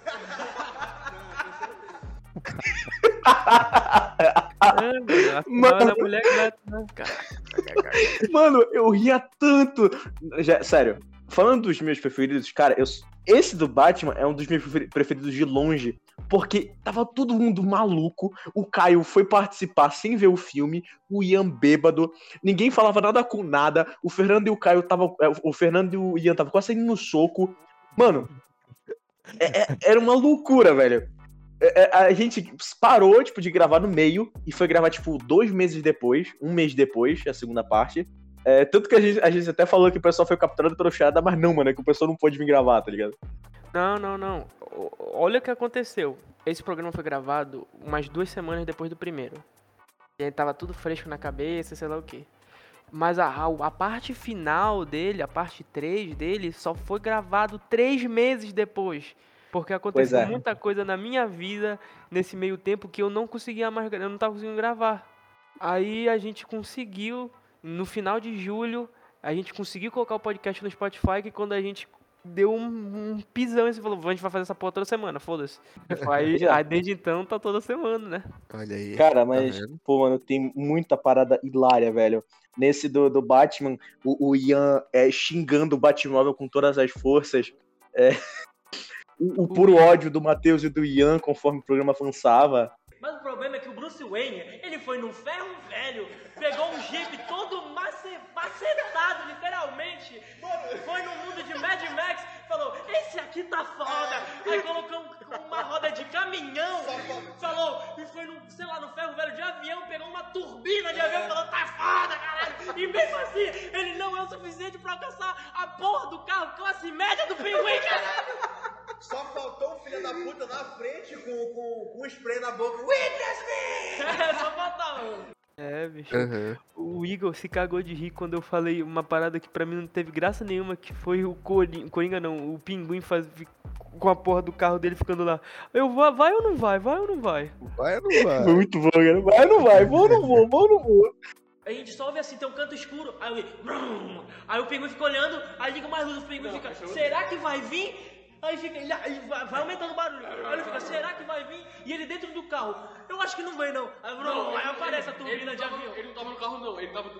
É, mano, afinal Mano. ela é mulher gata, né, cara? Mano, eu ria tanto. Já, sério, falando dos meus preferidos, cara, eu, esse do Batman é um dos meus prefer- preferidos de longe. porque tava todo mundo maluco. O Caio foi participar sem ver o filme, o Ian bêbado, ninguém falava nada com nada. O Fernando e o Caio tava. O Fernando e o Ian tava quase saindo no soco. Mano, é, é, era uma loucura, velho. É, é, a gente parou, tipo, de gravar no meio e foi gravar, tipo, dois meses depois, um mês depois, a segunda parte. É, tanto que a gente, a gente até falou que o pessoal foi capturado pelo Shada, mas não, mano, é que o pessoal não pôde vir gravar, tá ligado? Não, não, não. O- Olha o que aconteceu. Esse programa foi gravado umas duas semanas depois do primeiro. E aí tava tudo fresco na cabeça, sei lá o quê. Mas a, a, a parte final dele, a parte três dele, só foi gravado três meses depois. Porque aconteceu Pois é. muita coisa na minha vida nesse meio tempo que eu não conseguia mais, gra- eu não tava conseguindo gravar. Aí a gente conseguiu, no final de julho, a gente conseguiu colocar o podcast no Spotify, que quando a gente deu um, um pisão e você falou, a gente vai fazer essa porra toda semana, foda-se. Aí, Já. aí desde então tá toda semana, né? Olha aí. Cara, mas, vendo? pô, mano, tem muita parada hilária, velho. Nesse do, do Batman, o, o Ian é, xingando o Batmóvel com todas as forças. É, o, o puro ódio do Matheus e do Ian, conforme o programa avançava. Mas o problema é que o Bruce Wayne, ele foi num ferro velho, pegou um jeep todo mace- macetado, literalmente, foi no mundo de Mad Max, falou, esse aqui tá foda, aí colocou um- uma roda de caminhão, falou, e foi no, sei lá, no ferro velho de avião, pegou uma turbina de avião e falou, tá foda, caralho, e mesmo assim, ele não é o suficiente pra alcançar a porra do carro classe média do Pinguim, caralho. Só faltou um filho da puta na frente com, com, com um spray na boca. Witness me! É, só faltava. É, bicho. Aham. O Igor se cagou de rir quando eu falei uma parada que pra mim não teve graça nenhuma, que foi o Coringa, Coringa não, o Pinguim faz, fi- com a porra do carro dele ficando lá. Eu vou, vai ou não vai? Vai ou não vai? Vai ou não vai? Muito bom, cara. Vai ou não vai? Vou ou não vou? Vou ou não vou? Aí a gente só ouve assim, tem um canto escuro, aí, eu, brum, aí o pinguim fica olhando, aí liga mais luz, o pinguim fica, será que vai vir? Aí fica, ele, aí vai, vai aumentando o barulho, aí ele fica, será que vai vir? E ele dentro do carro, eu acho que não vem não, aí, brum, aí aparece a turbina de avião. Ele não tava no carro, não. Ele tava.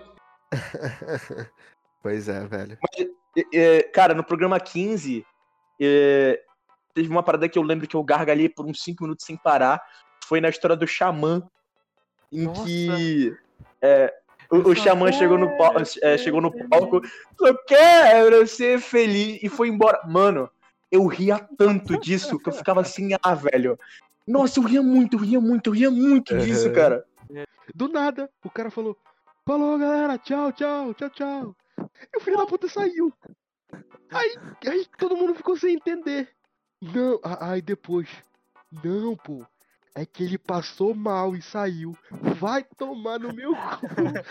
Pois é, velho. É, é, cara, no programa quinze, é, teve uma parada que eu lembro que eu gargalhei por uns cinco minutos sem parar. Foi na história do Xamã, em Nossa. que é, o, o só Xamã chegou no, pal- quero é, ser chegou no palco, só quero ser feliz, e foi embora. Mano, eu ria tanto disso que eu ficava assim, ah, velho. Nossa, eu ria muito, eu ria muito, eu ria muito disso, Uhum. cara. Do nada, o cara falou: falou, galera, tchau, tchau, tchau, tchau. E o filho da puta saiu. Aí, aí todo mundo ficou sem entender. Não, a- aí depois. Não, pô. É que ele passou mal e saiu. Vai tomar no meu cu.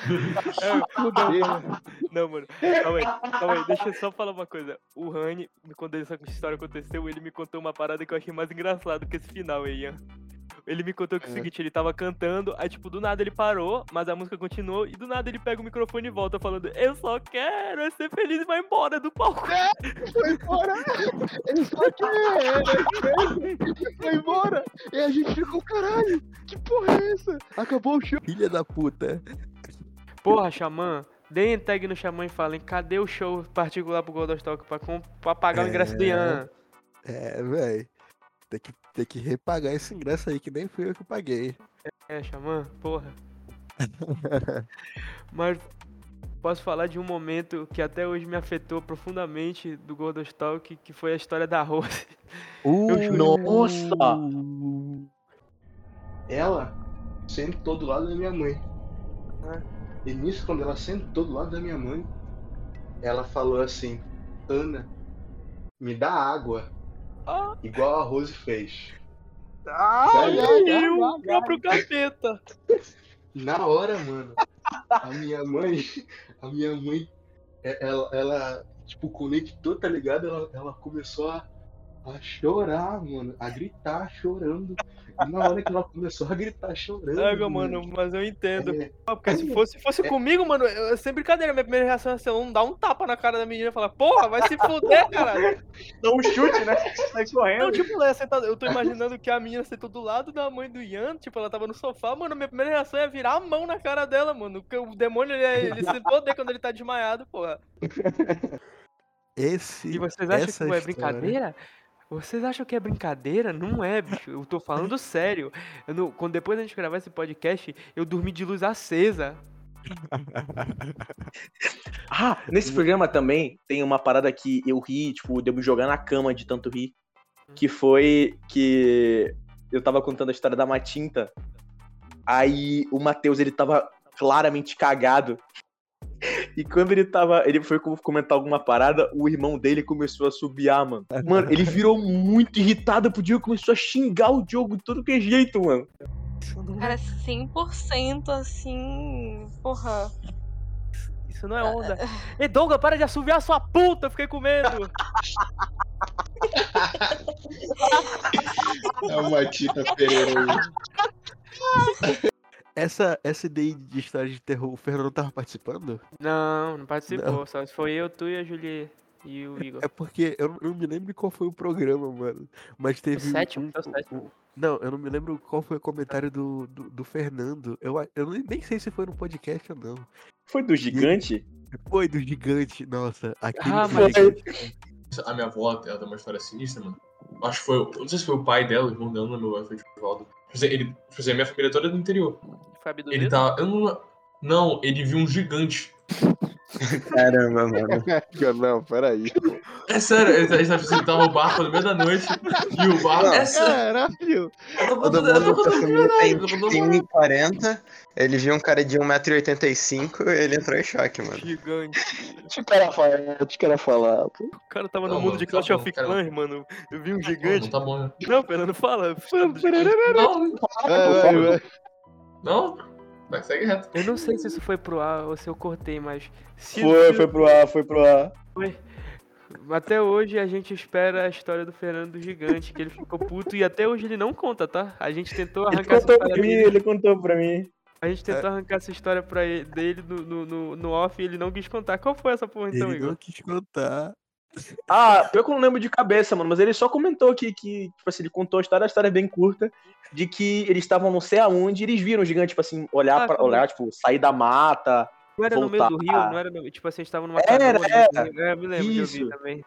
Não, mano. Calma aí, calma aí, deixa eu só falar uma coisa. O Rani, quando essa história aconteceu, ele me contou uma parada que eu achei mais engraçado que esse final aí, Ian. Ele me contou que é o seguinte, ele tava cantando, aí tipo, do nada ele parou, mas a música continuou, e do nada ele pega o microfone e volta falando, eu só quero ser feliz e vai embora do palco. Foi embora. Ele só quer. Foi embora. E a gente ficou, caralho. Que porra é essa? Acabou o show. Filha da puta. Porra, Xamã, deem tag no Xamã e falem, cadê o show particular pro Godostalk pra, com- pra pagar o ingresso do Ian? É, velho. Tem que, tem que repagar esse ingresso aí, que nem fui eu que paguei. É, Xamã, porra. Mas posso falar de um momento que até hoje me afetou profundamente do Godostalk, que foi a história da Rose. Uh, Nossa! Ela sentou do lado da minha mãe. E nisso, quando ela sentou do lado da minha mãe, ela falou assim: Ana, me dá água. Ah. Igual a Rose fez. Ai, o próprio capeta. Na hora, mano, a minha mãe, a minha mãe, é- ela, ela tipo, conectou, tá ligado? Ela, ela começou a, a chorar, mano, a gritar, chorando. E na hora que ela começou a gritar, chorando, Água, mano, mas eu entendo. é, Ah, porque se fosse, se fosse comigo, mano, eu, sem brincadeira, minha primeira reação é assim, eu não dar um tapa na cara da menina e falar, porra, vai se fuder, caralho. Dá um chute, né? Sai correndo. Não, tipo, ela é sentada, eu tô imaginando que a menina sentou do lado da mãe do Ian, tipo, ela tava no sofá, mano, minha primeira reação é virar a mão na cara dela, mano, porque o demônio, ele, é- ele se poder quando ele tá desmaiado, porra. Esse, E vocês acham essa que é história- brincadeira? Vocês acham que é brincadeira? Não é, bicho. Eu tô falando sério. Eu não- quando depois a gente gravar esse podcast, eu dormi de luz acesa. Ah, nesse programa também tem uma parada que eu ri, tipo, deu me jogar na cama de tanto rir. Que foi que eu tava contando a história da Matinta. Aí o Matheus, ele tava claramente cagado. E quando ele tava. Ele foi comentar alguma parada, o irmão dele começou a subiar, mano. Mano, ele virou muito irritado pro Diogo, começou a xingar o Diogo de tudo que é jeito, mano. Cara, cem por cento assim. Porra. Isso não é onda. Ei, Douglas, para de assoviar sua puta, eu fiquei com medo. É uma Tita Pereira aí. Essa, essa ideia de história de terror, o Fernando tava participando? Não, não participou. Não. Só foi eu, tu e a Julie e o Igor. É porque eu não- eu não me lembro qual foi o programa, mano. Mas teve. O sétimo, um- é o sétimo. Não, eu não me lembro qual foi o comentário do, do, do Fernando. Eu, a- eu nem nem sei se foi no podcast ou não. Foi do gigante? Foi do gigante, nossa. Aquele Ah, foi- mas- A minha avó, ela tem uma história sinistra, mano. Acho que foi. Eu não sei se foi o pai dela, o irmão dela, não lembro, foi tipo o Valdo. Ele, tipo assim, a minha família toda é do interior. Foi abduzido? Ele tá. Eu não. Não, ele viu um gigante. Caramba, mano. Não, peraí. É sério, ele, ele, ele tava no barco no meio da noite e o barco. É sério. Caralho! Eu tô Todo contando, eu tô mundo da contando de família verdade. tem, Eu tô contando tem um e quarenta, ele viu um cara de um metro e oitenta e cinco, ele entrou em choque, mano. Gigante. Deixa o cara falar, deixa o cara falar. Pô. O cara tava Não, no mundo mano, de tá Clash bom, of cara. Clans, mano. Eu vi um Não, gigante. tá bom, né? Não, Fernando, fala. Não, Vai, vai, vai. não. Vai, segue reto. Eu não sei se isso foi pro ar ou se eu cortei, mas... Se Foi, se foi pro ar, foi pro ar. foi. Até hoje a gente espera a história do Fernando do Gigante, que ele ficou puto e até hoje ele não conta, tá? A gente tentou Ele arrancar essa contou pra história mim, dele. ele contou pra mim. A gente tentou arrancar essa história pra ele, dele no, no, no, no off e ele não quis contar. Qual foi essa porra então, Ele Igor? não quis contar. Ah, pior que eu não lembro de cabeça, mano, mas ele só comentou que, que tipo assim, ele contou a história, a história é bem curta, de que eles estavam não sei aonde e eles viram o gigante, tipo assim, olhar, Ah, pra, como- olhar tipo, sair da mata. Não era no meio do voltar. rio? Não era no... Tipo assim, a gente tava numa Era, canoa, era. no rio. É, eu me lembro de Isso. ouvir também.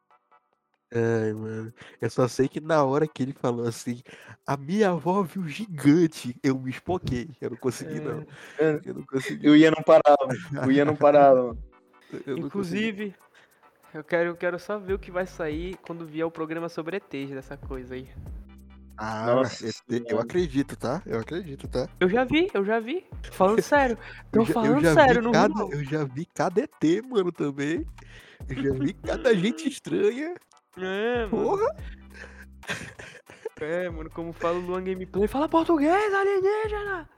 Ai, mano. Eu só sei que na hora que ele falou assim, a minha avó viu gigante, eu me espoquei. Eu não consegui, não. É. Eu não consegui. Eu ia não parava, eu ia não parava, mano. Eu não consegui. Inclusive, eu quero, eu quero só ver o que vai sair quando vier o programa sobre E Tês dessa coisa aí. Ah, Nossa eu, eu Senhora. acredito, tá? Eu acredito, tá? Eu já vi, eu já vi. Falando sério. Tô Eu já, eu falando já sério, vi não cada, ri não. eu já vi cada E T, mano, também. Eu já vi cada gente estranha. É, mano. Porra! É, mano, como fala o Luan Gameplay, fala português, alienígena!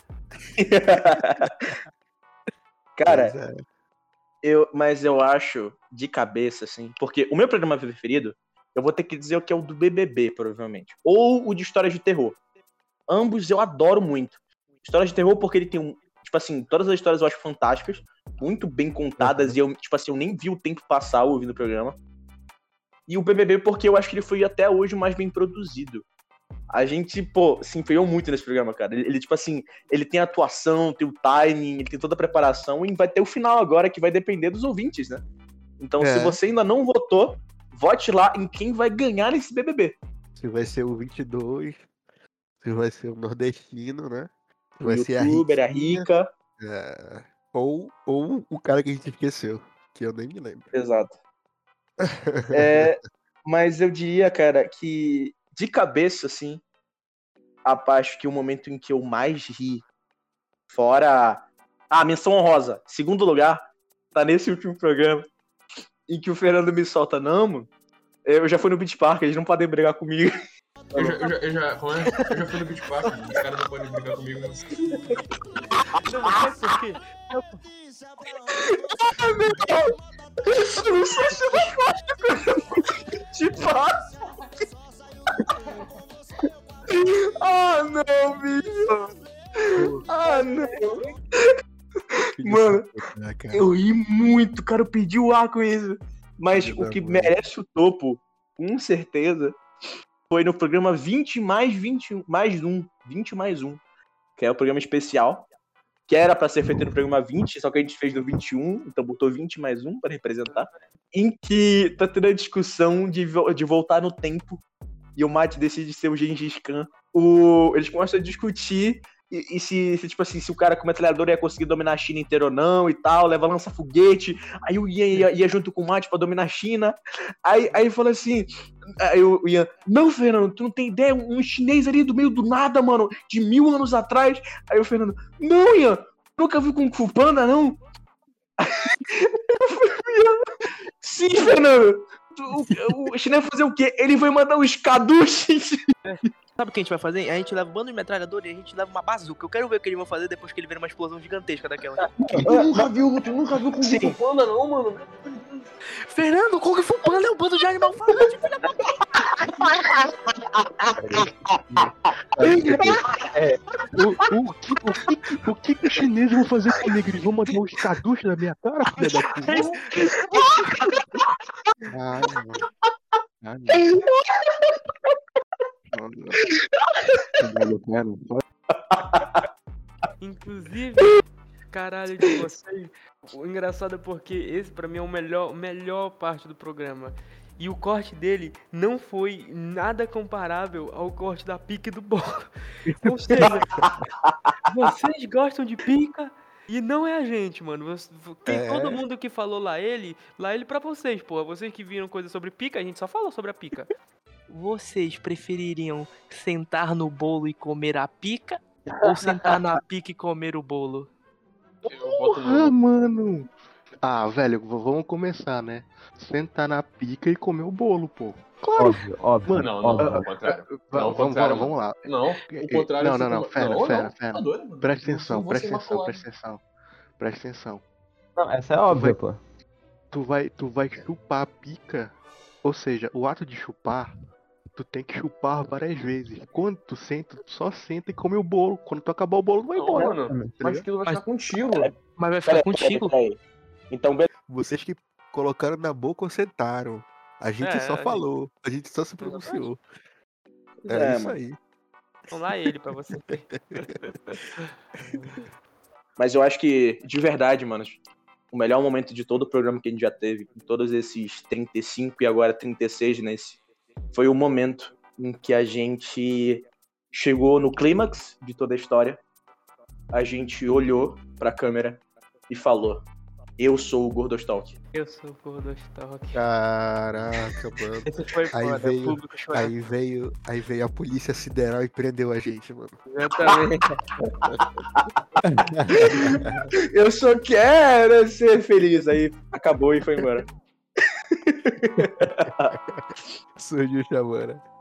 Cara, Pois é. eu, mas eu acho, de cabeça, assim, porque o meu programa preferido, eu vou ter que dizer o que é o do B B B, provavelmente. Ou o de histórias de terror. Ambos eu adoro muito. Histórias de terror porque ele tem um... Tipo assim, todas as histórias eu acho fantásticas, muito bem contadas, e eu, tipo assim, eu nem vi o tempo passar ouvindo o programa. E o B B B porque eu acho que ele foi até hoje o mais bem produzido. A gente, pô, se empenhou muito nesse programa, cara. Ele, ele, tipo assim, ele tem atuação, tem o timing, ele tem toda a preparação, e vai ter o final agora que vai depender dos ouvintes, né? Então, É. se você ainda não votou, vote lá em quem vai ganhar esse B B B. Se vai ser o vinte e dois, se vai ser o nordestino, né? Se O vai ser a youtuber, a Riquinha, rica. é, ou, ou o cara que a gente esqueceu, que eu nem me lembro. Exato. É, mas eu diria, cara, que de cabeça, assim, a parte que o momento em que eu mais ri, fora. Ah, menção honrosa. Segundo lugar, tá nesse último programa, em que o Fernando me solta, não, mano. Eu já fui no Beach Park, eles não podem brigar comigo. Eu já, eu já, eu já, como é? Eu já fui no Beach Park, os caras não podem brincar comigo. Mas... Não, sabe por quê? Ah, meu Deus! Eu não sei se eu gosto do Beach Park. Ah, não, bicho. Ah, não. Mano, Ah, cara. eu ri muito, cara, eu perdi o ar com isso. Mas Filho o da que mãe. merece o topo, com certeza, foi no programa vinte mais vinte mais um. vinte mais um. Que é o programa especial. que era pra ser feito no programa vinte, só que a gente fez no vinte e um, então botou vinte mais um pra representar, em que tá tendo a discussão de, vo- de voltar no tempo e o Mate decide ser o Gengis Khan. O, eles começam a discutir e, e se, se, tipo assim, se o cara como metralhador ia conseguir dominar a China inteira ou não e tal, leva lança-foguete, aí o Ian ia, ia junto com o Mate pra dominar a China, aí, aí fala assim, aí o Ian, não, Fernando, tu não tem ideia, um chinês ali do meio do nada, mano, de mil anos atrás, aí o Fernando, não, Ian, nunca viu Kung Fu Panda, não? Sim, Fernando, tu- o, o chinês vai fazer o quê? Ele vai mandar os caduches. Sabe o que a gente vai fazer? A gente leva um bando de metralhador e a gente leva uma bazuca. Eu quero ver o que eles vão fazer depois que ele ver uma explosão gigantesca daquela. Tu nunca viu, tu nunca viu Kung Fu Panda, não, mano? Fernando, o Kung Fu Panda é um bando de animal falante, filha da O, o, que, o, que, o que que os chineses vão fazer comigo? Eles vão mandar os caduchos na minha cara, filha da puta? Ah, não. Ah, não. Não, não. Não, não, não. Inclusive, caralho de vocês. O engraçado é porque esse pra mim é o melhor, melhor parte do programa. E o corte dele não foi nada comparável ao corte da pica e do bolo. Ou seja, vocês gostam de pica e não é a gente, mano. Você- Tem É. todo mundo que falou lá ele, lá ele pra vocês, porra. Vocês que viram coisa sobre pica, a gente só falou sobre a pica. Vocês prefeririam sentar no bolo e comer a pica? Ou sentar na pica e comer o bolo? Eu boto Ah, no... mano. Ah, velho, v- vamos começar, né? Sentar na pica e comer o bolo, pô. Claro. Óbvio, óbvio. Mano, Não, não, ó, não, ao contrário. Va- Não, ao vamos, contrário, vamos, vamos lá. Não, Eh, o contrário Não, é não, não, você- fera, não, fera, não, fera. tá doido, mano. Presta Você- atenção, você presta é atenção, imaculado. presta atenção. Presta atenção. Não, essa é óbvia, pô. Tu vai, tu vai chupar a pica, ou seja, o ato de chupar, tu tem que chupar várias vezes. Quando tu senta, tu só senta e come o bolo. Quando tu acabar o bolo, tu vai Não, embora. mano, mas aquilo vai Mas- ficar contigo. Mas vai ficar contigo. Peraí, peraí. Então, beleza. Vocês que colocaram na boca ou sentaram. A gente É, só a gente- falou. A gente só se pronunciou. É, É, isso mano. aí. Vamos lá ele pra você. Mas eu acho que, de verdade, mano, o melhor momento de todo o programa que a gente já teve, com todos esses trinta e cinco e agora trinta e seis nesse, foi o momento em que a gente chegou no clímax de toda a história. A gente olhou pra câmera e falou: eu sou o Gordostalk. Eu sou o Gordostalk. Caraca, mano. Esse foi Aí foda, veio, o público chorando. aí veio, aí veio a polícia sideral e prendeu a gente, mano. Exatamente. Eu só quero ser feliz. Aí acabou e foi embora. Surgiu chamando.